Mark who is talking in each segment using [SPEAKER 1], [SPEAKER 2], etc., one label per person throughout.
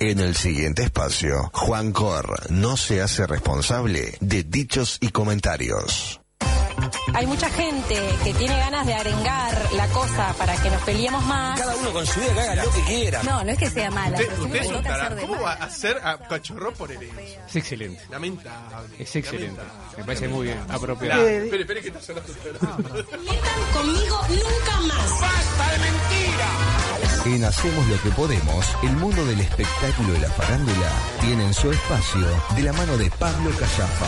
[SPEAKER 1] En el siguiente espacio, Juan Cor no se hace responsable de dichos y comentarios.
[SPEAKER 2] Hay mucha gente que tiene ganas de arengar la cosa para que nos peleemos más.
[SPEAKER 3] Cada uno con su idea, que haga lo que quiera.
[SPEAKER 2] No es que sea mala.
[SPEAKER 4] Usted es un tarado. ¿Cómo va a hacer a Cachorro por herencia?
[SPEAKER 5] Es excelente.
[SPEAKER 4] Lamentable.
[SPEAKER 5] Es excelente.
[SPEAKER 4] Lamentable.
[SPEAKER 5] Me parece muy bien, apropiado.
[SPEAKER 4] Espere que está sonando usted.
[SPEAKER 2] Metan conmigo nunca más.
[SPEAKER 4] ¡Basta de mentira!
[SPEAKER 1] En Hacemos lo que podemos, el mundo del espectáculo y la farándula tienen su espacio de la mano de Pablo Callafa.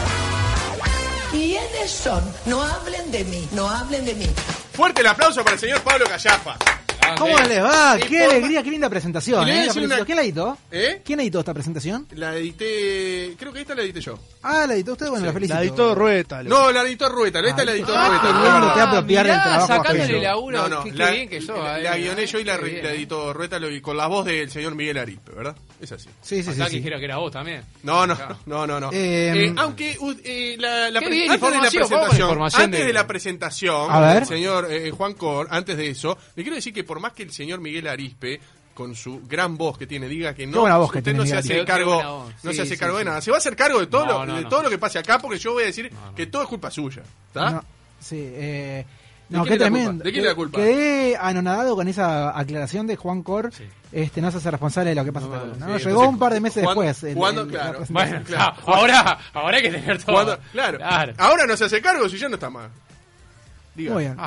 [SPEAKER 6] ¿Quiénes son? No hablen de mí, no hablen de mí.
[SPEAKER 4] Fuerte el aplauso para el señor Pablo Callafa.
[SPEAKER 7] ¿Cómo les va?
[SPEAKER 4] Y
[SPEAKER 7] Qué
[SPEAKER 4] por-
[SPEAKER 7] alegría, qué linda presentación.
[SPEAKER 4] Y le voy a
[SPEAKER 7] La
[SPEAKER 4] decir
[SPEAKER 7] felicito.
[SPEAKER 4] una-
[SPEAKER 7] ¿Quién la editó?
[SPEAKER 4] ¿Eh?
[SPEAKER 7] ¿Quién editó esta presentación?
[SPEAKER 4] La edité, creo que esta la edité yo.
[SPEAKER 7] Ah, la editó usted, bueno,
[SPEAKER 4] Sí.
[SPEAKER 7] la felicito.
[SPEAKER 8] La editó Rueta.
[SPEAKER 4] No, la editó Rueta, esta la editó
[SPEAKER 7] qué
[SPEAKER 4] Rueta.
[SPEAKER 7] lindo te apropiar del trabajo
[SPEAKER 5] sacándole
[SPEAKER 7] ajeno.
[SPEAKER 5] laburo.
[SPEAKER 4] No,
[SPEAKER 5] qué
[SPEAKER 4] la,
[SPEAKER 5] bien que sos.
[SPEAKER 4] la guioné yo y la
[SPEAKER 5] Qué bien.
[SPEAKER 4] editó Rueta y con la voz del señor Miguel Arispe, ¿verdad? Es así.
[SPEAKER 7] Sí, sí,
[SPEAKER 5] Acá
[SPEAKER 7] sí.
[SPEAKER 5] dijera que era vos también.
[SPEAKER 4] No.
[SPEAKER 5] Qué
[SPEAKER 4] Aunque la
[SPEAKER 5] Qué bien,
[SPEAKER 4] antes de la
[SPEAKER 5] información, vamos con
[SPEAKER 4] presentación,
[SPEAKER 5] información
[SPEAKER 4] antes
[SPEAKER 5] de-
[SPEAKER 4] de la presentación,
[SPEAKER 7] A ver.
[SPEAKER 4] el señor Juan Cor, antes de eso, le quiero decir que por más que el señor Miguel Arispe con su gran voz que tiene diga que
[SPEAKER 7] Qué
[SPEAKER 4] no,
[SPEAKER 7] buena voz que
[SPEAKER 4] usted
[SPEAKER 7] tiene
[SPEAKER 4] no se
[SPEAKER 7] Miguel
[SPEAKER 4] hace
[SPEAKER 5] Arispe. Qué
[SPEAKER 4] cargo,
[SPEAKER 5] buena voz.
[SPEAKER 4] no
[SPEAKER 5] Sí,
[SPEAKER 4] se hace
[SPEAKER 5] sí,
[SPEAKER 4] cargo de
[SPEAKER 5] sí.
[SPEAKER 4] nada. Se va a hacer cargo de todo
[SPEAKER 5] No,
[SPEAKER 4] de todo lo que pase acá porque yo voy a decir que todo es culpa suya, ¿está?
[SPEAKER 7] No, sí,
[SPEAKER 4] ¿De
[SPEAKER 7] no,
[SPEAKER 4] quién
[SPEAKER 7] qué
[SPEAKER 4] es la culpa?
[SPEAKER 7] tremendo.
[SPEAKER 4] ¿De quién es la culpa?
[SPEAKER 7] Quedé anonadado con esa aclaración de Juan Cor. Este, no se hace responsable de lo que pasa.
[SPEAKER 5] No,
[SPEAKER 7] esta cosa, ¿no?
[SPEAKER 4] sí,
[SPEAKER 7] Llegó
[SPEAKER 4] entonces,
[SPEAKER 7] un par de meses
[SPEAKER 4] ¿cuándo-
[SPEAKER 7] después.
[SPEAKER 4] cuándo?
[SPEAKER 7] la
[SPEAKER 4] Claro.
[SPEAKER 7] presentación.
[SPEAKER 5] Bueno,
[SPEAKER 4] Claro.
[SPEAKER 5] ahora hay que tener todo.
[SPEAKER 4] Claro.
[SPEAKER 5] Claro.
[SPEAKER 4] Ahora no se hace cargo si ya no está más. Diga.
[SPEAKER 7] Muy bien.
[SPEAKER 5] Ah,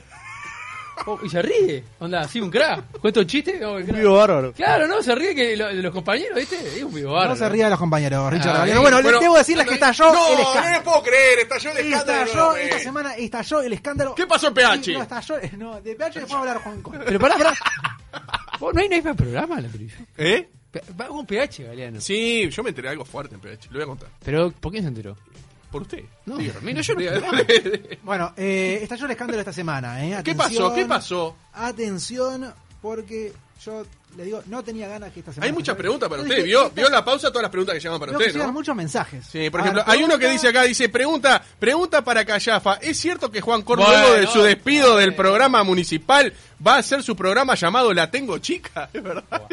[SPEAKER 5] y se ríe. Onda, ¿sí un crack? ¿Cuento un chiste? No, el
[SPEAKER 8] Un
[SPEAKER 5] crack.
[SPEAKER 8] vivo bárbaro.
[SPEAKER 5] Claro, no, se ríe que de los compañeros, ¿viste? Es un vivo bárbaro.
[SPEAKER 7] No se ría de los compañeros, Richard.
[SPEAKER 5] Ah,
[SPEAKER 7] Galeano. Bueno,
[SPEAKER 4] Bueno,
[SPEAKER 7] debo decirles que estalló
[SPEAKER 4] no,
[SPEAKER 7] el
[SPEAKER 4] no
[SPEAKER 7] escándalo.
[SPEAKER 4] le puedo creer, estalló el escándalo.
[SPEAKER 7] Estalló,
[SPEAKER 4] de
[SPEAKER 7] esta
[SPEAKER 4] López.
[SPEAKER 7] semana estalló el escándalo.
[SPEAKER 4] ¿Qué pasó en PH?
[SPEAKER 7] No, estalló, no, de PH después va a hablar Juan Cor.
[SPEAKER 5] Pero pará. ¿Vos no hay más programa en la televisión?
[SPEAKER 4] ¿Eh?
[SPEAKER 5] Va con PH, Galeano.
[SPEAKER 4] Sí, yo me enteré de algo fuerte en PH, lo voy a contar.
[SPEAKER 5] Pero, ¿por quién se enteró?
[SPEAKER 4] Por usted.
[SPEAKER 5] No,
[SPEAKER 4] Dígame.
[SPEAKER 5] mira, yo no.
[SPEAKER 7] Bueno, estalló el escándalo esta semana.
[SPEAKER 4] ¿Qué pasó? ¿Qué pasó?
[SPEAKER 7] Atención, porque yo le digo, no tenía ganas que esta semana.
[SPEAKER 4] Hay muchas preguntas para
[SPEAKER 7] Yo
[SPEAKER 4] usted.
[SPEAKER 7] dije,
[SPEAKER 4] ¿Vio,
[SPEAKER 7] esta-
[SPEAKER 4] ¿Vio la pausa? Todas las preguntas que llaman para
[SPEAKER 7] veo que
[SPEAKER 4] usted,
[SPEAKER 7] llegan
[SPEAKER 4] ¿no?
[SPEAKER 7] muchos mensajes.
[SPEAKER 4] Sí, por
[SPEAKER 7] A
[SPEAKER 4] ejemplo,
[SPEAKER 7] ver,
[SPEAKER 4] hay uno que
[SPEAKER 7] pregunta-
[SPEAKER 4] dice acá, dice, pregunta para Callafa, ¿es cierto que Juan Cor,
[SPEAKER 5] Bueno,
[SPEAKER 4] luego de su despido del programa municipal, va a hacer su programa llamado La Tengo Chica? ¿Es verdad?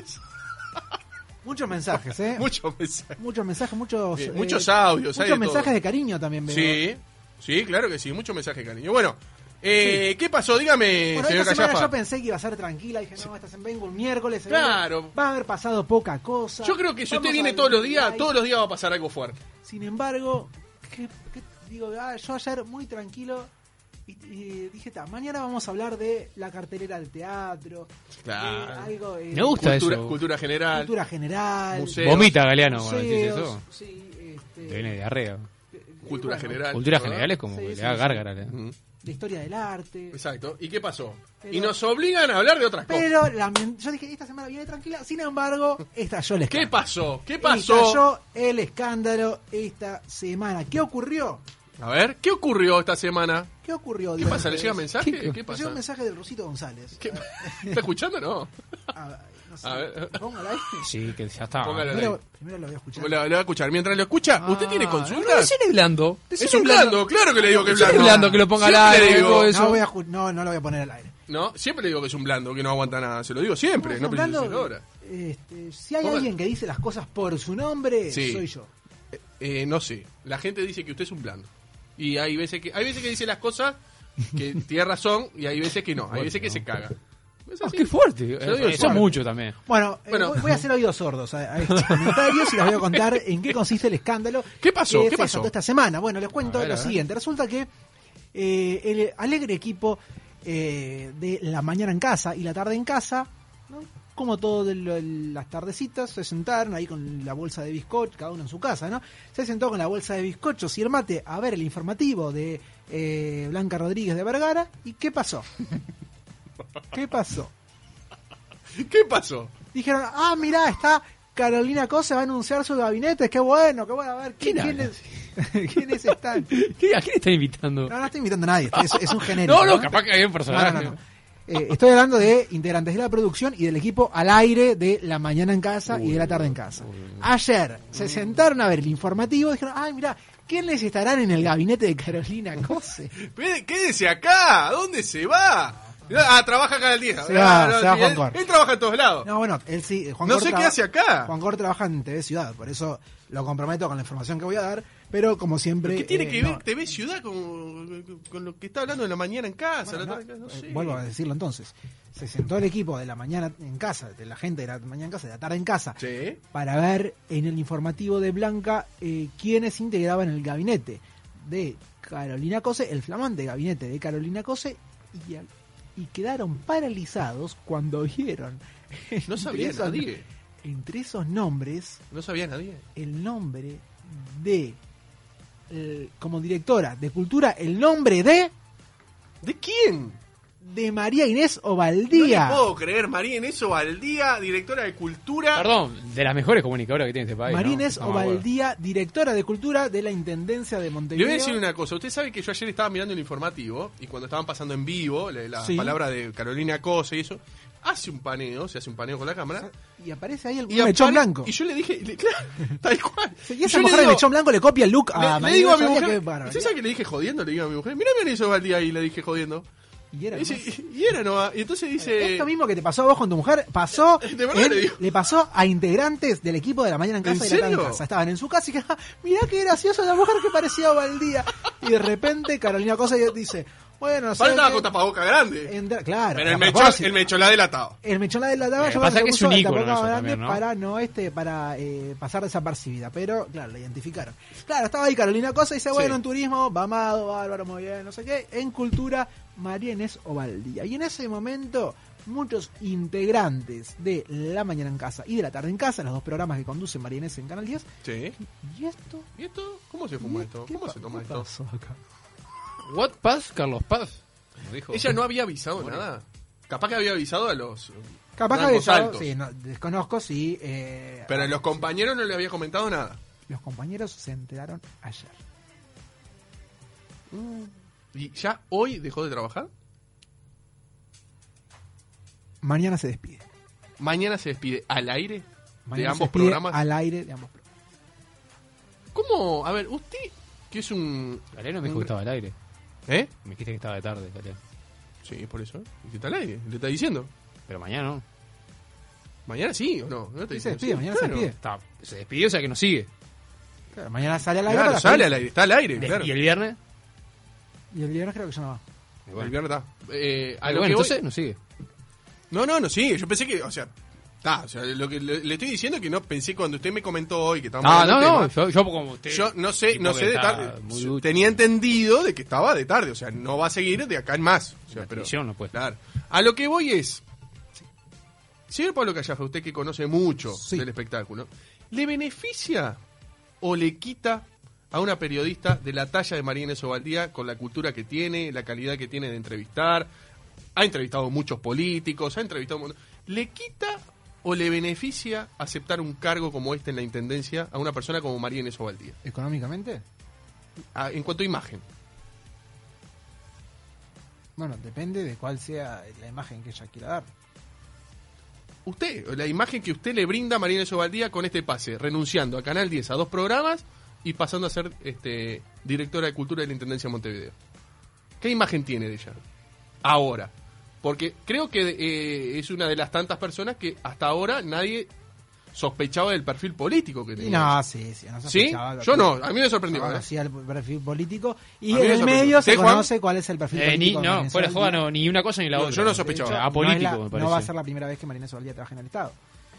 [SPEAKER 7] Muchos mensajes, ¿eh?
[SPEAKER 4] Muchos mensajes.
[SPEAKER 7] Muchos mensajes, muchos.
[SPEAKER 4] Bien, muchos audios, hay de
[SPEAKER 7] Muchos mensajes
[SPEAKER 4] todo.
[SPEAKER 7] de cariño también veo.
[SPEAKER 4] Sí, sí, claro que sí, muchos mensajes, cariño. Bueno, ¿qué pasó? Dígame,
[SPEAKER 7] Bueno,
[SPEAKER 4] señor
[SPEAKER 7] esta semana
[SPEAKER 4] Callafa.
[SPEAKER 7] yo pensé que iba a ser tranquila. Dije, no, esta semana vengo un miércoles.
[SPEAKER 4] Claro.
[SPEAKER 7] Va a haber pasado poca cosa.
[SPEAKER 4] Yo creo que si
[SPEAKER 7] Vamos
[SPEAKER 4] usted
[SPEAKER 7] a
[SPEAKER 4] viene
[SPEAKER 7] ver
[SPEAKER 4] todos los
[SPEAKER 7] qué
[SPEAKER 4] días,
[SPEAKER 7] hay.
[SPEAKER 4] todos los días va a pasar algo fuerte.
[SPEAKER 7] Sin embargo, digo, yo ayer muy tranquilo y dije, mañana vamos a hablar de la cartelera del teatro.
[SPEAKER 4] Claro.
[SPEAKER 7] Algo,
[SPEAKER 5] Me gusta eso.
[SPEAKER 4] Cultura general.
[SPEAKER 7] cultura general.
[SPEAKER 4] Museos.
[SPEAKER 5] Vomita, Galeano, cuando decís
[SPEAKER 7] museos,
[SPEAKER 5] eso.
[SPEAKER 7] sí,
[SPEAKER 5] Te viene diarrea.
[SPEAKER 4] Cultura
[SPEAKER 7] bueno,
[SPEAKER 4] general.
[SPEAKER 5] Cultura
[SPEAKER 4] ¿verdad?
[SPEAKER 5] general es como
[SPEAKER 7] Sí,
[SPEAKER 5] que
[SPEAKER 7] sí,
[SPEAKER 5] le da
[SPEAKER 7] sí.
[SPEAKER 5] gárgara.
[SPEAKER 4] Ujú.
[SPEAKER 7] la historia del arte.
[SPEAKER 4] Exacto. ¿Y qué pasó?
[SPEAKER 7] Pero-
[SPEAKER 4] Y nos obligan a hablar de otras cosas.
[SPEAKER 7] Pero yo dije, esta semana viene tranquila. Sin embargo, estalló el
[SPEAKER 4] ¿Qué
[SPEAKER 7] escándalo.
[SPEAKER 4] pasó? ¿Qué pasó?
[SPEAKER 7] Estalló el escándalo esta semana. ¿Qué ocurrió?
[SPEAKER 4] A ver, ¿qué ocurrió esta semana?
[SPEAKER 7] ¿Qué ocurrió?
[SPEAKER 4] ¿Qué pasa? ¿Le llega mensaje? ¿Qué
[SPEAKER 7] Me
[SPEAKER 4] pasa?
[SPEAKER 7] llegó un mensaje de Rosito González.
[SPEAKER 4] ¿Qué? ¿Está escuchando o no?
[SPEAKER 7] No sé.
[SPEAKER 4] A ver.
[SPEAKER 7] Póngalo ahí.
[SPEAKER 5] Sí, que ya está.
[SPEAKER 4] Póngalo ahí.
[SPEAKER 7] Primero lo voy a escuchar.
[SPEAKER 4] Lo va a escuchar. Mientras lo escucha, ¿usted tiene
[SPEAKER 5] No,
[SPEAKER 4] consultas?
[SPEAKER 5] decile blando.
[SPEAKER 4] Es un blando, claro que le digo que es
[SPEAKER 5] Decile
[SPEAKER 4] blando.
[SPEAKER 5] blando, que lo ponga al
[SPEAKER 4] Siempre
[SPEAKER 5] aire,
[SPEAKER 4] le digo,
[SPEAKER 5] todo eso.
[SPEAKER 7] No lo voy a poner al aire.
[SPEAKER 4] No, siempre le digo que es un blando, que no aguanta nada. Se lo digo siempre, no
[SPEAKER 7] Hablando,
[SPEAKER 4] preciso ahora.
[SPEAKER 7] si hay
[SPEAKER 4] Póngalo.
[SPEAKER 7] alguien que dice las cosas por su nombre,
[SPEAKER 4] Sí.
[SPEAKER 7] soy yo.
[SPEAKER 4] No sé. La gente dice que usted es un blando. Y hay veces que dice las cosas que tiene razón y hay veces que no. Hay veces que se caga. Es
[SPEAKER 5] Ah,
[SPEAKER 4] así.
[SPEAKER 5] qué fuerte.
[SPEAKER 4] Se lo digo
[SPEAKER 5] Eso es
[SPEAKER 4] fuerte.
[SPEAKER 5] mucho también.
[SPEAKER 7] Bueno,
[SPEAKER 4] Bueno.
[SPEAKER 7] voy a hacer oídos sordos a estos comentarios y les voy a contar en qué consiste el escándalo.
[SPEAKER 4] ¿Qué pasó?
[SPEAKER 7] que
[SPEAKER 4] ¿Qué
[SPEAKER 7] se
[SPEAKER 4] pasó?
[SPEAKER 7] desató esta semana. Bueno, les cuento
[SPEAKER 5] A ver,
[SPEAKER 7] lo
[SPEAKER 5] a ver.
[SPEAKER 7] siguiente. Resulta que el alegre equipo de la mañana en casa y la tarde en casa, ¿no? Como todas las tardecitas, se sentaron ahí con la bolsa de bizcocho, cada uno en su casa, ¿no? Se sentó con la bolsa de bizcochos y el mate a ver el informativo de Blanca Rodríguez de Vergara. ¿Y qué pasó? ¿Qué pasó?
[SPEAKER 4] ¿Qué pasó?
[SPEAKER 7] Dijeron, mirá, está Carolina Cosa, va a anunciar su gabinete, qué bueno, a ver, ¿quiénes están?
[SPEAKER 5] ¿A quién están invitando?
[SPEAKER 7] No estoy invitando a nadie, es un genérico.
[SPEAKER 5] No, capaz que hay un personaje.
[SPEAKER 7] No. Estoy hablando de integrantes de la producción y del equipo al aire de la mañana en casa y de la tarde en casa. Ayer se sentaron a ver el informativo y dijeron, mirá, ¿quiénes estarán en el gabinete de Carolina Cose?
[SPEAKER 4] Quédese acá, ¿a dónde se va? Trabaja acá al día.
[SPEAKER 7] Se va Juan
[SPEAKER 4] él,
[SPEAKER 7] Cor.
[SPEAKER 4] él trabaja en todos lados.
[SPEAKER 7] No, bueno, él sí. Juan
[SPEAKER 4] No
[SPEAKER 7] Cor
[SPEAKER 4] sé qué hace acá.
[SPEAKER 7] Juan Cor trabaja en TV Ciudad, por eso lo comprometo con la información que voy a dar, pero como siempre...
[SPEAKER 4] ¿Qué tiene que ver
[SPEAKER 7] no.
[SPEAKER 4] TV Ciudad con lo que está hablando de la mañana en casa?
[SPEAKER 7] Bueno,
[SPEAKER 4] la tarde en casa? No sé.
[SPEAKER 7] Vuelvo a decirlo entonces. Se sentó el equipo de la mañana en casa, de la gente de la mañana en casa, de la tarde en casa,
[SPEAKER 4] Sí.
[SPEAKER 7] para ver en el informativo de Blanca quiénes integraban el gabinete de Carolina Cose, el flamante gabinete de Carolina Cose, y quedaron paralizados cuando vieron
[SPEAKER 4] No sabía nadie.
[SPEAKER 7] entre esos nombres
[SPEAKER 4] No sabía nadie.
[SPEAKER 7] el nombre de como directora de cultura, el nombre
[SPEAKER 4] ¿De quién?
[SPEAKER 7] de María Inés
[SPEAKER 4] No
[SPEAKER 7] Ovaldía.
[SPEAKER 4] le puedo creer, María Inés Ovaldía, directora de Cultura.
[SPEAKER 5] Perdón, de las mejores comunicadoras que tiene este país.
[SPEAKER 7] María
[SPEAKER 5] ¿no?
[SPEAKER 7] Inés
[SPEAKER 5] Estamos de acuerdo.
[SPEAKER 7] Ovaldía, directora de cultura de la Intendencia de
[SPEAKER 4] Le
[SPEAKER 7] Montevideo.
[SPEAKER 4] voy a decir una cosa. Usted sabe que yo ayer estaba mirando el informativo y cuando estaban pasando en vivo la
[SPEAKER 7] Sí.
[SPEAKER 4] palabra de Carolina Cosa y eso, se hace un paneo con la cámara.
[SPEAKER 7] Y aparece ahí el
[SPEAKER 4] Y
[SPEAKER 7] mechón
[SPEAKER 4] apare-
[SPEAKER 7] blanco.
[SPEAKER 4] Y yo le dije, claro, tal cual.
[SPEAKER 7] Y esa
[SPEAKER 4] yo
[SPEAKER 7] mujer
[SPEAKER 4] le
[SPEAKER 7] de
[SPEAKER 4] digo-
[SPEAKER 7] mechón blanco le copia el look a
[SPEAKER 4] le
[SPEAKER 7] María
[SPEAKER 4] digo a
[SPEAKER 7] Inés
[SPEAKER 4] mi
[SPEAKER 7] Ovaldía,
[SPEAKER 4] mujer,
[SPEAKER 7] qué bárbaro.
[SPEAKER 4] ¿usted sabe que le dije jodiendo? Le digo a mi mujer, mirá María Inés Ovaldía y le dije jodiendo.
[SPEAKER 7] Y era
[SPEAKER 4] Dice,
[SPEAKER 7] más.
[SPEAKER 4] y era no, y entonces dice...
[SPEAKER 7] Esto mismo que te pasó a vos con tu mujer, pasó
[SPEAKER 4] De verdad le digo.
[SPEAKER 7] le pasó a integrantes del equipo de la mañana en casa
[SPEAKER 4] ¿En
[SPEAKER 7] y la tarde en
[SPEAKER 4] serio?
[SPEAKER 7] casa. Estaban en su casa y que, mirá qué graciosa la mujer que parecía Ovaldía. Y de repente Carolina Cosa dice, bueno, no sé.
[SPEAKER 4] Faltaba
[SPEAKER 7] qué,
[SPEAKER 4] con tapabocas grande.
[SPEAKER 7] claro.
[SPEAKER 4] Pero
[SPEAKER 7] a propósito.
[SPEAKER 4] el mechón la ha delatado.
[SPEAKER 7] El mechón la delataba, yo
[SPEAKER 5] pasa
[SPEAKER 7] creo
[SPEAKER 5] que es
[SPEAKER 7] puso
[SPEAKER 5] un
[SPEAKER 7] el
[SPEAKER 5] ícono
[SPEAKER 7] tapabocas
[SPEAKER 5] eso
[SPEAKER 7] grande
[SPEAKER 5] también, ¿no?
[SPEAKER 7] para pasar desapercibida, pero claro, la identificaron. Claro, estaba ahí Carolina Cosa y dice, bueno,
[SPEAKER 4] Sí.
[SPEAKER 7] en turismo, va amado, bárbaro, muy bien, no sé qué. En cultura, María Inés Ovaldía. Y en ese momento, muchos integrantes de La Mañana en Casa y de La Tarde en Casa, los dos programas que conduce María Inés en Canal 10,
[SPEAKER 4] Sí.
[SPEAKER 7] ¿y esto?
[SPEAKER 4] ¿Y esto? ¿Cómo se fuma esto?
[SPEAKER 7] ¿Qué
[SPEAKER 4] ¿Cómo se toma
[SPEAKER 7] qué
[SPEAKER 4] esto?
[SPEAKER 7] pasó acá?
[SPEAKER 5] What Paz, Carlos Paz. Como dijo.
[SPEAKER 4] Ella no había avisado nada. Capaz que había avisado a los
[SPEAKER 7] Capaz que
[SPEAKER 4] rangos
[SPEAKER 7] había
[SPEAKER 4] altos.
[SPEAKER 7] sí, no, desconozco si
[SPEAKER 4] Pero a los compañeros no le había comentado nada.
[SPEAKER 7] los compañeros se enteraron ayer.
[SPEAKER 4] ¿Y ya hoy dejó de trabajar?
[SPEAKER 7] Mañana se despide.
[SPEAKER 4] Mañana se despide al aire de
[SPEAKER 7] Mañana se
[SPEAKER 4] ambos
[SPEAKER 7] despide
[SPEAKER 4] programas.
[SPEAKER 7] al aire de ambos programas.
[SPEAKER 4] ¿Cómo? A ver, usted que es un...
[SPEAKER 5] Galeno me dijo que estaba al aire.
[SPEAKER 4] ¿Eh?
[SPEAKER 5] Me dijiste que estaba de tarde, Galeno.
[SPEAKER 4] Sí, por eso. ¿Y qué está al aire? ¿Le está diciendo?
[SPEAKER 5] Pero mañana no.
[SPEAKER 4] ¿Mañana sí o no? ¿No te
[SPEAKER 7] Sí, se
[SPEAKER 4] diciendo?
[SPEAKER 7] despide, mañana
[SPEAKER 4] claro.
[SPEAKER 7] se despide.
[SPEAKER 5] Se despidió, o sea que nos sigue.
[SPEAKER 7] Claro, mañana sale al aire.
[SPEAKER 4] Claro,
[SPEAKER 7] para
[SPEAKER 4] sale
[SPEAKER 7] salir.
[SPEAKER 4] al aire, está al aire, claro.
[SPEAKER 5] ¿Y el viernes?
[SPEAKER 7] Y el viernes creo que ya no va.
[SPEAKER 5] Y bueno.
[SPEAKER 4] El viernes está. A
[SPEAKER 5] Pero
[SPEAKER 4] lo
[SPEAKER 5] bueno,
[SPEAKER 4] que voy-
[SPEAKER 5] entonces nos sigue.
[SPEAKER 4] No sigue. Yo pensé que, o sea, lo que le estoy diciendo es que no pensé cuando usted me comentó hoy que estábamos
[SPEAKER 5] No,
[SPEAKER 4] hablando
[SPEAKER 5] no,
[SPEAKER 4] del
[SPEAKER 5] no.
[SPEAKER 4] tema,
[SPEAKER 5] Yo como usted.
[SPEAKER 4] yo no sé
[SPEAKER 5] tipo que
[SPEAKER 4] de
[SPEAKER 5] está
[SPEAKER 4] tarde.
[SPEAKER 5] muy
[SPEAKER 4] Yo
[SPEAKER 5] ducho.
[SPEAKER 4] tenía entendido de que estaba de tarde, o sea, no va a seguir de acá en más. O sea,
[SPEAKER 5] La
[SPEAKER 4] pero,
[SPEAKER 5] televisión no puede.
[SPEAKER 4] claro. A lo que voy es, señor Pablo Callafa, usted que conoce mucho
[SPEAKER 7] Sí.
[SPEAKER 4] del espectáculo, ¿le beneficia o le quita a una periodista de la talla de María Inés Ovaldía con la cultura que tiene, la calidad que tiene de entrevistar? Ha entrevistado muchos políticos, ha entrevistado... ¿Le quita o le beneficia aceptar un cargo como este en la Intendencia a una persona como María Inés Ovaldía?
[SPEAKER 7] ¿Económicamente?
[SPEAKER 4] En cuanto a imagen.
[SPEAKER 7] Bueno, depende de cuál sea la imagen que ella quiera dar.
[SPEAKER 4] Usted, la imagen que usted le brinda a María Inés Ovaldía con este pase, renunciando a Canal 10 a 2 programas y pasando a ser directora de Cultura de la Intendencia de Montevideo. ¿Qué imagen tiene de ella? Ahora. Porque creo que es una de las tantas personas que hasta ahora nadie sospechaba del perfil político que
[SPEAKER 7] Y
[SPEAKER 4] tenía.
[SPEAKER 7] no, sí, no
[SPEAKER 4] ¿Sí?
[SPEAKER 7] sospechaba.
[SPEAKER 4] Yo no, a mí me sorprendió.
[SPEAKER 7] Ahora
[SPEAKER 4] ¿eh?
[SPEAKER 7] sí el perfil político. Y
[SPEAKER 4] A mí me
[SPEAKER 7] en el
[SPEAKER 4] sorprendió.
[SPEAKER 7] medio se
[SPEAKER 4] ¿Usted, Juan?
[SPEAKER 7] conoce cuál es el perfil político. de
[SPEAKER 5] No,
[SPEAKER 7] María
[SPEAKER 5] fuera de
[SPEAKER 7] Inés
[SPEAKER 5] joda,
[SPEAKER 7] Ovaldía.
[SPEAKER 5] no, ni una cosa ni la
[SPEAKER 4] No,
[SPEAKER 5] otra.
[SPEAKER 4] yo no
[SPEAKER 5] De
[SPEAKER 4] sospechaba.
[SPEAKER 5] hecho,
[SPEAKER 7] No,
[SPEAKER 5] apolítico,
[SPEAKER 7] es la-
[SPEAKER 5] me parece.
[SPEAKER 7] no va a ser la primera vez que María Inés Ovaldía trabaja en el Estado.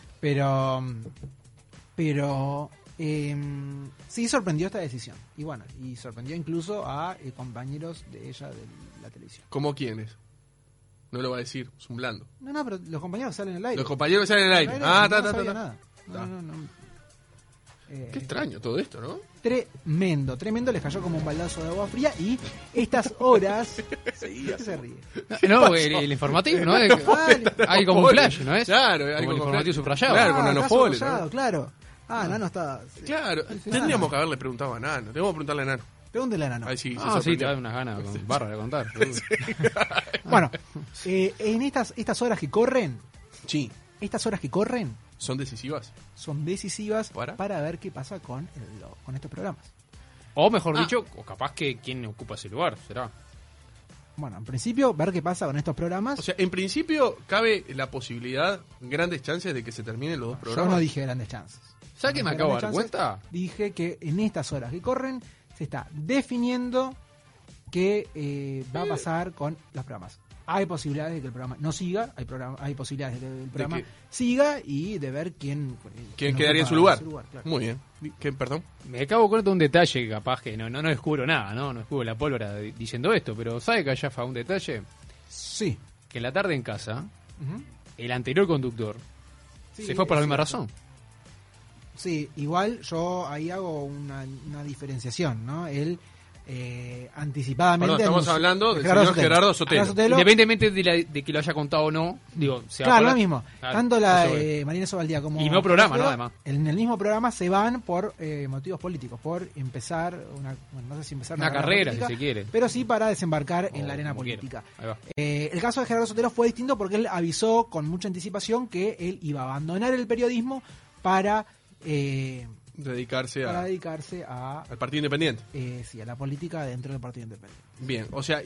[SPEAKER 7] Pero sí sorprendió esta decisión. Y bueno, y sorprendió incluso a compañeros de ella de la televisión.
[SPEAKER 4] ¿Cómo quiénes? No lo va a decir, es un blando.
[SPEAKER 7] No, pero los compañeros salen al aire.
[SPEAKER 4] Los compañeros salen al aire.
[SPEAKER 7] Al
[SPEAKER 4] Ah,
[SPEAKER 7] no
[SPEAKER 4] ta, ta,
[SPEAKER 7] sabía
[SPEAKER 4] ta, ta.
[SPEAKER 7] nada. No.
[SPEAKER 4] Qué extraño todo esto, ¿no?
[SPEAKER 7] Tremendo, les cayó como un baldazo de agua fría y estas horas... ¿Qué se ríe?
[SPEAKER 5] No, porque el informativo, ¿no? Hay como un flash, ¿no es?
[SPEAKER 4] Claro, hay
[SPEAKER 5] Como el
[SPEAKER 4] como
[SPEAKER 5] informativo
[SPEAKER 4] flash.
[SPEAKER 5] subrayado.
[SPEAKER 4] Claro, con
[SPEAKER 7] está
[SPEAKER 4] nanofoles,
[SPEAKER 7] subrayado,
[SPEAKER 4] ¿no?
[SPEAKER 7] claro. Nano está...
[SPEAKER 4] Claro,
[SPEAKER 7] Sí,
[SPEAKER 4] tendríamos
[SPEAKER 7] Nano.
[SPEAKER 4] que haberle preguntado a Nano. Tenemos que preguntarle a Nano.
[SPEAKER 7] Pregúntele a Nano.
[SPEAKER 4] Ahí sí, se
[SPEAKER 5] Ah, sí, te
[SPEAKER 4] sorprendió.
[SPEAKER 5] da unas ganas con barra de contar.
[SPEAKER 7] Bueno, en estas horas que corren,
[SPEAKER 4] Sí.
[SPEAKER 7] son
[SPEAKER 4] ¿Son decisivas?
[SPEAKER 7] decisivas
[SPEAKER 4] ¿Para?
[SPEAKER 7] para ver qué pasa con estos programas.
[SPEAKER 5] O mejor dicho, o capaz que quién ocupa ese lugar, será.
[SPEAKER 7] bueno, en principio, ver qué pasa con estos programas.
[SPEAKER 4] O sea, en principio cabe la posibilidad, grandes chances de que se terminen los dos
[SPEAKER 7] Yo
[SPEAKER 4] programas.
[SPEAKER 7] no dije grandes chances.
[SPEAKER 5] ¿Sabes qué me
[SPEAKER 7] No dije
[SPEAKER 5] acabo de
[SPEAKER 7] grandes
[SPEAKER 5] dar
[SPEAKER 7] chances.
[SPEAKER 5] cuenta?
[SPEAKER 7] Dije que en estas horas que corren se está definiendo qué va a pasar con los programas. Hay posibilidades de que el programa no siga, hay posibilidades de que el programa
[SPEAKER 4] que-
[SPEAKER 7] siga y de ver quién
[SPEAKER 4] Quedaría en
[SPEAKER 7] ocupa
[SPEAKER 4] su lugar?
[SPEAKER 7] claro.
[SPEAKER 4] Muy bien. Perdón.
[SPEAKER 5] Me acabo de dar cuenta de un detalle, capaz que no descubro nada, no descubro la pólvora diciendo esto, pero ¿sabe que allá fue un detalle?
[SPEAKER 7] Sí.
[SPEAKER 5] Que en la tarde en casa,
[SPEAKER 7] Ujú.
[SPEAKER 5] el anterior conductor
[SPEAKER 7] Sí,
[SPEAKER 5] se fue por la
[SPEAKER 7] es
[SPEAKER 5] misma
[SPEAKER 7] cierto.
[SPEAKER 5] razón.
[SPEAKER 7] Sí, igual yo ahí hago una diferenciación, ¿no? Él anticipadamente...
[SPEAKER 4] Perdón, estamos
[SPEAKER 7] anunció-
[SPEAKER 4] hablando del
[SPEAKER 7] Gerardo
[SPEAKER 4] señor Gerardo Sotelo.
[SPEAKER 5] Independientemente de que lo haya contado o no, digo, se va
[SPEAKER 7] Claro,
[SPEAKER 5] por
[SPEAKER 7] lo mismo.
[SPEAKER 5] Claro,
[SPEAKER 7] Tanto la
[SPEAKER 5] eso es.
[SPEAKER 7] Marina Sobaldía como...
[SPEAKER 5] Y mismo programa,
[SPEAKER 7] Sotelo,
[SPEAKER 5] ¿no? Además.
[SPEAKER 7] En el mismo programa se van por motivos políticos, por empezar no sé si empezar
[SPEAKER 5] Una carrera,
[SPEAKER 7] política,
[SPEAKER 5] si se quiere.
[SPEAKER 7] pero sí para desembarcar en
[SPEAKER 5] O
[SPEAKER 7] la arena
[SPEAKER 5] como quiera.
[SPEAKER 7] política.
[SPEAKER 5] Ahí va.
[SPEAKER 7] El caso de Gerardo Sotelo fue distinto porque él avisó con mucha anticipación que él iba a abandonar el periodismo para
[SPEAKER 4] Dedicarse
[SPEAKER 7] dedicarse a
[SPEAKER 4] al Partido Independiente.
[SPEAKER 7] sí, a la política dentro del Partido Independiente.
[SPEAKER 4] Bien, o sea,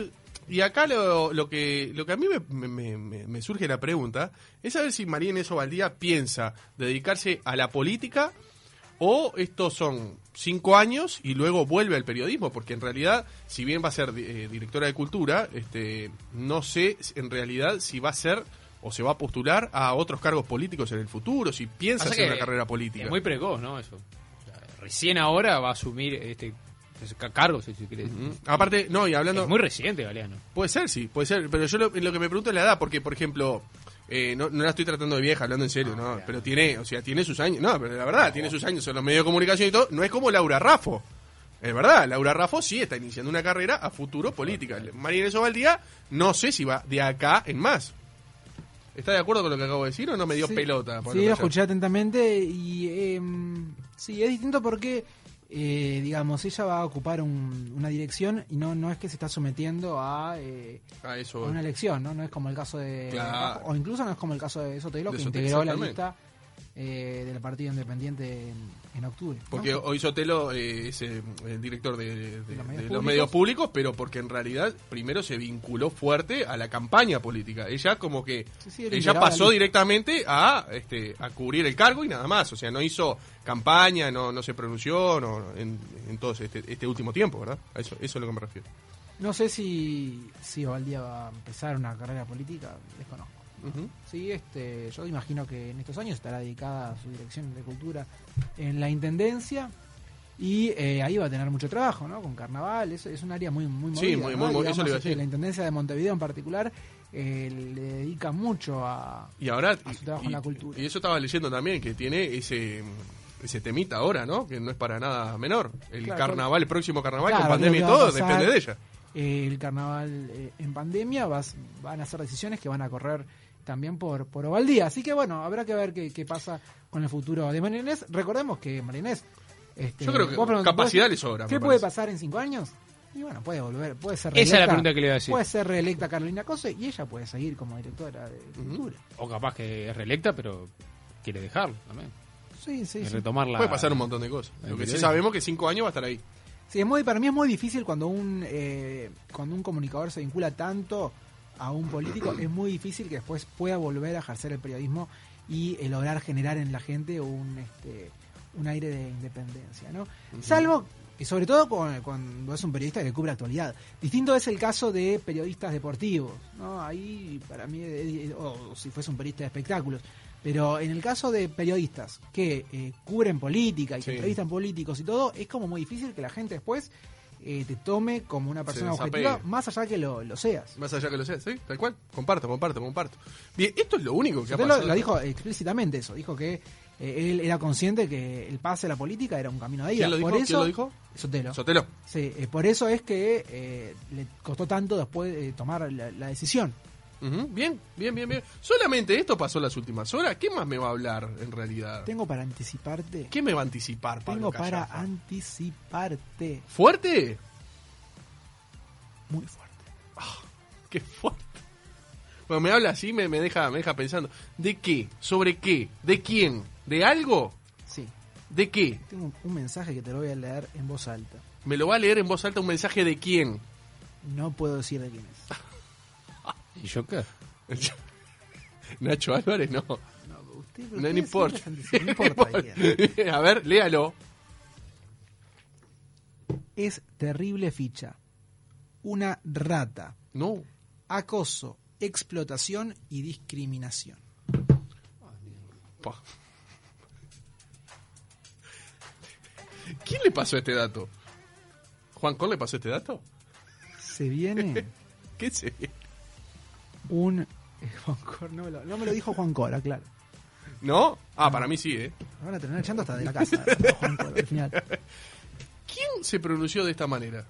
[SPEAKER 4] y acá lo que a mí me surge la pregunta es saber si María Inés Ovaldía piensa dedicarse a la política o estos son 5 años y luego vuelve al periodismo, porque en realidad, si bien va a ser directora de Cultura, no sé en realidad si va a ser o se va a postular a otros cargos políticos en el futuro, si piensa
[SPEAKER 5] Pasa
[SPEAKER 4] hacer
[SPEAKER 5] que
[SPEAKER 4] una carrera política.
[SPEAKER 5] Es muy precoz, ¿no? Eso. O sea, recién ahora va a asumir cargo, si quiere decir.
[SPEAKER 4] Aparte, no, y hablando...
[SPEAKER 5] Es muy reciente, Galeano.
[SPEAKER 4] Puede ser, sí, puede ser. Pero yo lo que me pregunto es la edad, porque, por ejemplo, no la estoy tratando de vieja, hablando en serio, ¿no?
[SPEAKER 5] claro.
[SPEAKER 4] Pero tiene sus años. No, pero la verdad, tiene sus años en los medios de comunicación y todo. No es como Laura Raffo. Es verdad, Laura Raffo sí está iniciando una carrera a futuro política. María Inés Ovaldía, no sé si va de acá en más. ¿Está de acuerdo con lo que acabo de decir o no me dio
[SPEAKER 7] Sí,
[SPEAKER 4] pelota? por
[SPEAKER 7] Sí,
[SPEAKER 4] lo
[SPEAKER 7] lo
[SPEAKER 4] que
[SPEAKER 7] escuché atentamente y sí, es distinto porque, digamos, ella va a ocupar una dirección y no es que se está sometiendo a
[SPEAKER 4] eso.
[SPEAKER 7] una elección, ¿no? No es como el caso de...
[SPEAKER 4] Claro.
[SPEAKER 7] O incluso no es como el caso de Sotelo,
[SPEAKER 4] De
[SPEAKER 7] que
[SPEAKER 4] Sotelo,
[SPEAKER 7] integró la
[SPEAKER 4] exactamente.
[SPEAKER 7] lista del Partido Independiente en octubre. ¿no?
[SPEAKER 4] Porque hoy Sotelo es el director de
[SPEAKER 7] Los medios
[SPEAKER 4] los
[SPEAKER 7] públicos.
[SPEAKER 4] medios públicos, pero porque en realidad primero se vinculó fuerte a la campaña política. Ella como que
[SPEAKER 7] Sí, él
[SPEAKER 4] ella
[SPEAKER 7] integraba la
[SPEAKER 4] pasó
[SPEAKER 7] lista.
[SPEAKER 4] directamente a cubrir el cargo y nada más. O sea, no hizo campaña, no se pronunció en todo este último tiempo, ¿verdad? A eso es lo que me refiero.
[SPEAKER 7] No sé si Ovaldía va a empezar una carrera política, desconozco.
[SPEAKER 4] Ujú.
[SPEAKER 7] Sí, yo imagino que en estos años estará dedicada a su dirección de cultura en la intendencia y ahí va a tener mucho trabajo, ¿no? Con carnaval, es un área muy movida.
[SPEAKER 4] Sí,
[SPEAKER 7] ¿no?
[SPEAKER 4] muy,
[SPEAKER 7] Digamos,
[SPEAKER 4] eso le iba a decir.
[SPEAKER 7] La intendencia de Montevideo en particular le dedica mucho
[SPEAKER 4] Y ahora
[SPEAKER 7] a su trabajo en la cultura.
[SPEAKER 4] Y eso estaba leyendo también que tiene ese temita ahora, ¿no? Que no es para nada menor. El
[SPEAKER 7] Claro,
[SPEAKER 4] carnaval, el próximo carnaval
[SPEAKER 7] Claro,
[SPEAKER 4] con pandemia y
[SPEAKER 7] lo que va a
[SPEAKER 4] todo,
[SPEAKER 7] pasar,
[SPEAKER 4] depende de ella.
[SPEAKER 7] El carnaval en pandemia van a ser decisiones que van a correr también por Ovaldía. Así que bueno, habrá que ver qué pasa con el futuro de María Inés. Recordemos que María Inés...
[SPEAKER 4] Yo creo que
[SPEAKER 7] vos preguntás,
[SPEAKER 4] capacidad le sobra.
[SPEAKER 7] ¿Qué
[SPEAKER 4] me
[SPEAKER 7] puede
[SPEAKER 4] parece.
[SPEAKER 7] pasar en 5 años? Y bueno, puede volver, puede ser
[SPEAKER 5] Esa es la pregunta que le iba a decir.
[SPEAKER 7] Puede ser reelecta Carolina Cose y ella puede seguir como directora de cultura.
[SPEAKER 5] O capaz que es reelecta, pero quiere dejarlo también.
[SPEAKER 7] Sí, sí,
[SPEAKER 5] Y
[SPEAKER 7] sí.
[SPEAKER 5] retomarla.
[SPEAKER 4] Puede pasar un montón de cosas. Lo que sí
[SPEAKER 5] periodismo.
[SPEAKER 4] sabemos que 5 años va a estar ahí.
[SPEAKER 7] Sí, para mí es muy difícil cuando un comunicador se vincula tanto a un político, es muy difícil que después pueda volver a ejercer el periodismo y lograr generar en la gente un aire de independencia, ¿no? Salvo, y sobre todo cuando es un periodista que cubre actualidad. Distinto es el caso de periodistas deportivos, ¿no? Ahí, para mí, o si fuese un periodista de espectáculos. Pero en el caso de periodistas que cubren política y que
[SPEAKER 4] Sí.
[SPEAKER 7] entrevistan políticos y todo, es como muy difícil que la gente después te tome como una persona
[SPEAKER 4] desapegue.
[SPEAKER 7] objetiva, más allá que lo seas.
[SPEAKER 4] Más allá que lo sea, sí, tal cual. Comparto. Bien, esto es lo único que ha
[SPEAKER 7] Usted
[SPEAKER 4] pasado.
[SPEAKER 7] lo dijo explícitamente eso, dijo que él era consciente que el pase a la política era un camino de ida.
[SPEAKER 4] ¿Quién lo dijo?
[SPEAKER 7] Por eso,
[SPEAKER 4] ¿Quién lo dijo?
[SPEAKER 7] Sotelo.
[SPEAKER 4] Sotelo.
[SPEAKER 7] Sí, por eso es que le costó tanto después tomar la decisión.
[SPEAKER 4] Ujú, Bien. Solamente esto pasó las últimas horas. ¿Qué más me va a hablar en realidad?
[SPEAKER 7] Tengo para anticiparte.
[SPEAKER 4] ¿Qué me va a anticipar, Pablo
[SPEAKER 7] Tengo para
[SPEAKER 4] Callafa?
[SPEAKER 7] anticiparte.
[SPEAKER 4] ¿Fuerte?
[SPEAKER 7] Muy fuerte.
[SPEAKER 4] ¡Qué fuerte! Bueno, me habla así, me deja pensando. ¿De qué? ¿Sobre qué? ¿De quién? ¿De algo?
[SPEAKER 7] Sí.
[SPEAKER 4] ¿De qué?
[SPEAKER 7] Tengo un mensaje que te lo voy a leer en voz alta.
[SPEAKER 4] ¿Me lo va a leer en voz alta un mensaje de quién?
[SPEAKER 7] No puedo decir de quién es.
[SPEAKER 5] ¿Y yo qué?
[SPEAKER 4] Nacho Álvarez, no.
[SPEAKER 7] Usted,
[SPEAKER 4] No importa.
[SPEAKER 7] No importa. Bien.
[SPEAKER 4] A ver, léalo.
[SPEAKER 7] Es terrible ficha. Una rata.
[SPEAKER 4] No.
[SPEAKER 7] Acoso, explotación y discriminación.
[SPEAKER 4] Pa. ¿Quién le pasó este dato? ¿Juan Cor le pasó este dato?
[SPEAKER 7] Se viene
[SPEAKER 4] ¿Qué sé?
[SPEAKER 7] un... Juan Cor, no me lo dijo Juan Cor, claro.
[SPEAKER 4] ¿No? Ah, para mí sí, ¿eh?
[SPEAKER 7] Van a terminar echando hasta de la casa. Juan Cor, al final.
[SPEAKER 4] ¿Quién se pronunció de esta manera?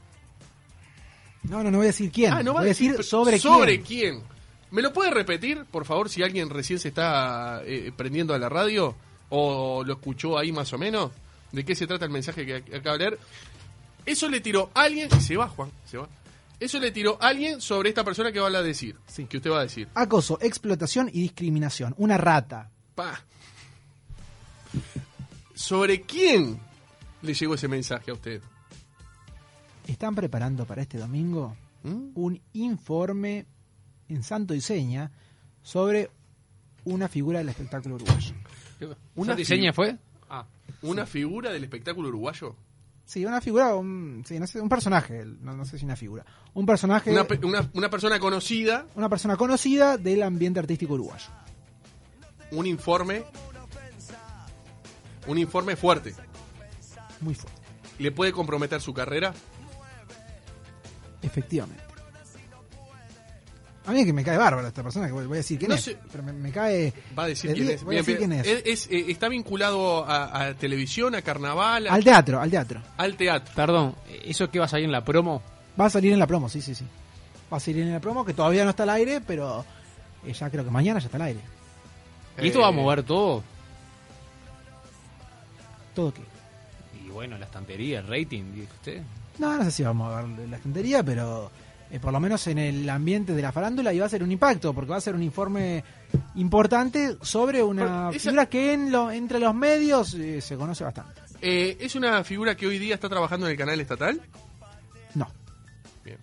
[SPEAKER 7] No voy a decir quién.
[SPEAKER 4] No va
[SPEAKER 7] voy a decir sobre
[SPEAKER 4] ¿Sobre
[SPEAKER 7] quién.
[SPEAKER 4] quién? ¿Me lo puede repetir, por favor, si alguien recién se está prendiendo a la radio o lo escuchó ahí más o menos? ¿De qué se trata el mensaje que acaba de leer? Eso le tiró alguien... Se va, Juan, se va. Eso le tiró alguien sobre esta persona que va a decir.
[SPEAKER 7] Sí.
[SPEAKER 4] Que usted va a decir.
[SPEAKER 7] Acoso, explotación y discriminación. Una rata.
[SPEAKER 4] Pa. ¿Sobre quién le llegó ese mensaje a usted?
[SPEAKER 7] Están preparando para este domingo un informe en santo y seña sobre una figura del espectáculo uruguayo.
[SPEAKER 4] ¿Una
[SPEAKER 5] diseña fue?
[SPEAKER 4] ¿Una figura del espectáculo uruguayo?
[SPEAKER 7] Sí, una figura, un personaje, no sé si una figura. Un personaje,
[SPEAKER 4] Una persona conocida,
[SPEAKER 7] una persona conocida del ambiente artístico uruguayo.
[SPEAKER 4] un informe fuerte.
[SPEAKER 7] Muy fuerte.
[SPEAKER 4] ¿Le puede comprometer su carrera?
[SPEAKER 7] Efectivamente. A mí es que me cae bárbaro esta persona, que voy a decir quién
[SPEAKER 4] No
[SPEAKER 7] es,
[SPEAKER 4] sé.
[SPEAKER 7] pero me cae...
[SPEAKER 4] Va a decir quién es.
[SPEAKER 7] Voy a decir quién es.
[SPEAKER 4] ¿Está vinculado a televisión, a carnaval,
[SPEAKER 7] Al teatro.
[SPEAKER 4] al teatro?
[SPEAKER 5] Perdón, ¿eso qué va a salir en la promo?
[SPEAKER 7] Va a salir en la promo, sí. Va a salir en la promo, que todavía no está al aire, pero ya creo que mañana ya está al aire.
[SPEAKER 5] ¿Y esto va a mover todo?
[SPEAKER 7] ¿Todo qué?
[SPEAKER 5] Y bueno, la estantería, el rating, dice usted.
[SPEAKER 7] No sé si vamos a ver la estantería, pero por lo menos en el ambiente de la farándula iba a ser un impacto, porque va a ser un informe importante sobre una figura que entre los medios se conoce bastante.
[SPEAKER 4] ¿Es una figura que hoy día está trabajando en el canal estatal?
[SPEAKER 7] No.
[SPEAKER 4] Bien.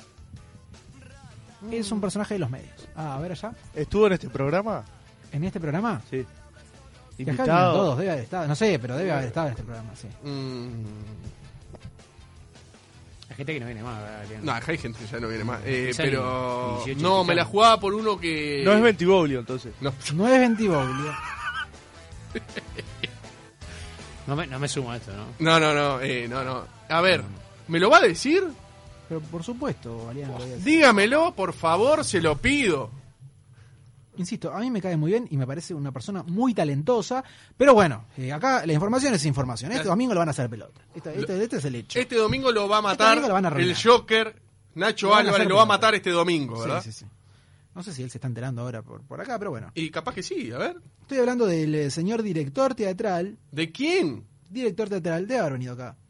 [SPEAKER 7] Es un personaje de los medios. A ver allá.
[SPEAKER 8] ¿Estuvo en este programa?
[SPEAKER 7] ¿En este programa?
[SPEAKER 8] Sí.
[SPEAKER 7] Que acá vienen todos, debe haber estado. No sé, pero debe haber estado en este programa, sí.
[SPEAKER 5] Hay gente que no viene más, ¿verdad?
[SPEAKER 4] No, acá hay gente que ya no viene más.
[SPEAKER 5] Salen
[SPEAKER 4] Pero
[SPEAKER 5] 18
[SPEAKER 4] no, me la
[SPEAKER 5] mexicanos.
[SPEAKER 4] jugaba por uno que...
[SPEAKER 8] No es Ventiboglio, entonces.
[SPEAKER 4] No.
[SPEAKER 7] No es Ventiboglio.
[SPEAKER 5] No me sumo a esto, ¿no?
[SPEAKER 4] No. A ver, ¿me lo va a decir?
[SPEAKER 7] Pero por supuesto, Mariano, lo voy a decir.
[SPEAKER 4] Dígamelo, por favor, se lo pido.
[SPEAKER 7] Insisto, a mí me cae muy bien y me parece una persona muy talentosa. Pero bueno, acá la información es información. Este domingo lo van a hacer pelota. Este es el hecho.
[SPEAKER 4] Este domingo lo va a
[SPEAKER 7] Este
[SPEAKER 4] matar
[SPEAKER 7] domingo lo van a arruinar.
[SPEAKER 4] el Joker, Nacho
[SPEAKER 7] Lo van a
[SPEAKER 4] Álvarez,
[SPEAKER 7] hacer
[SPEAKER 4] lo va a
[SPEAKER 7] pelota.
[SPEAKER 4] matar este domingo, ¿verdad?
[SPEAKER 7] Sí. No sé si él se está enterando ahora por acá, pero bueno.
[SPEAKER 4] Y capaz que sí, a ver.
[SPEAKER 7] Estoy hablando del señor director teatral.
[SPEAKER 4] ¿De quién?
[SPEAKER 7] Director teatral, debe haber venido acá.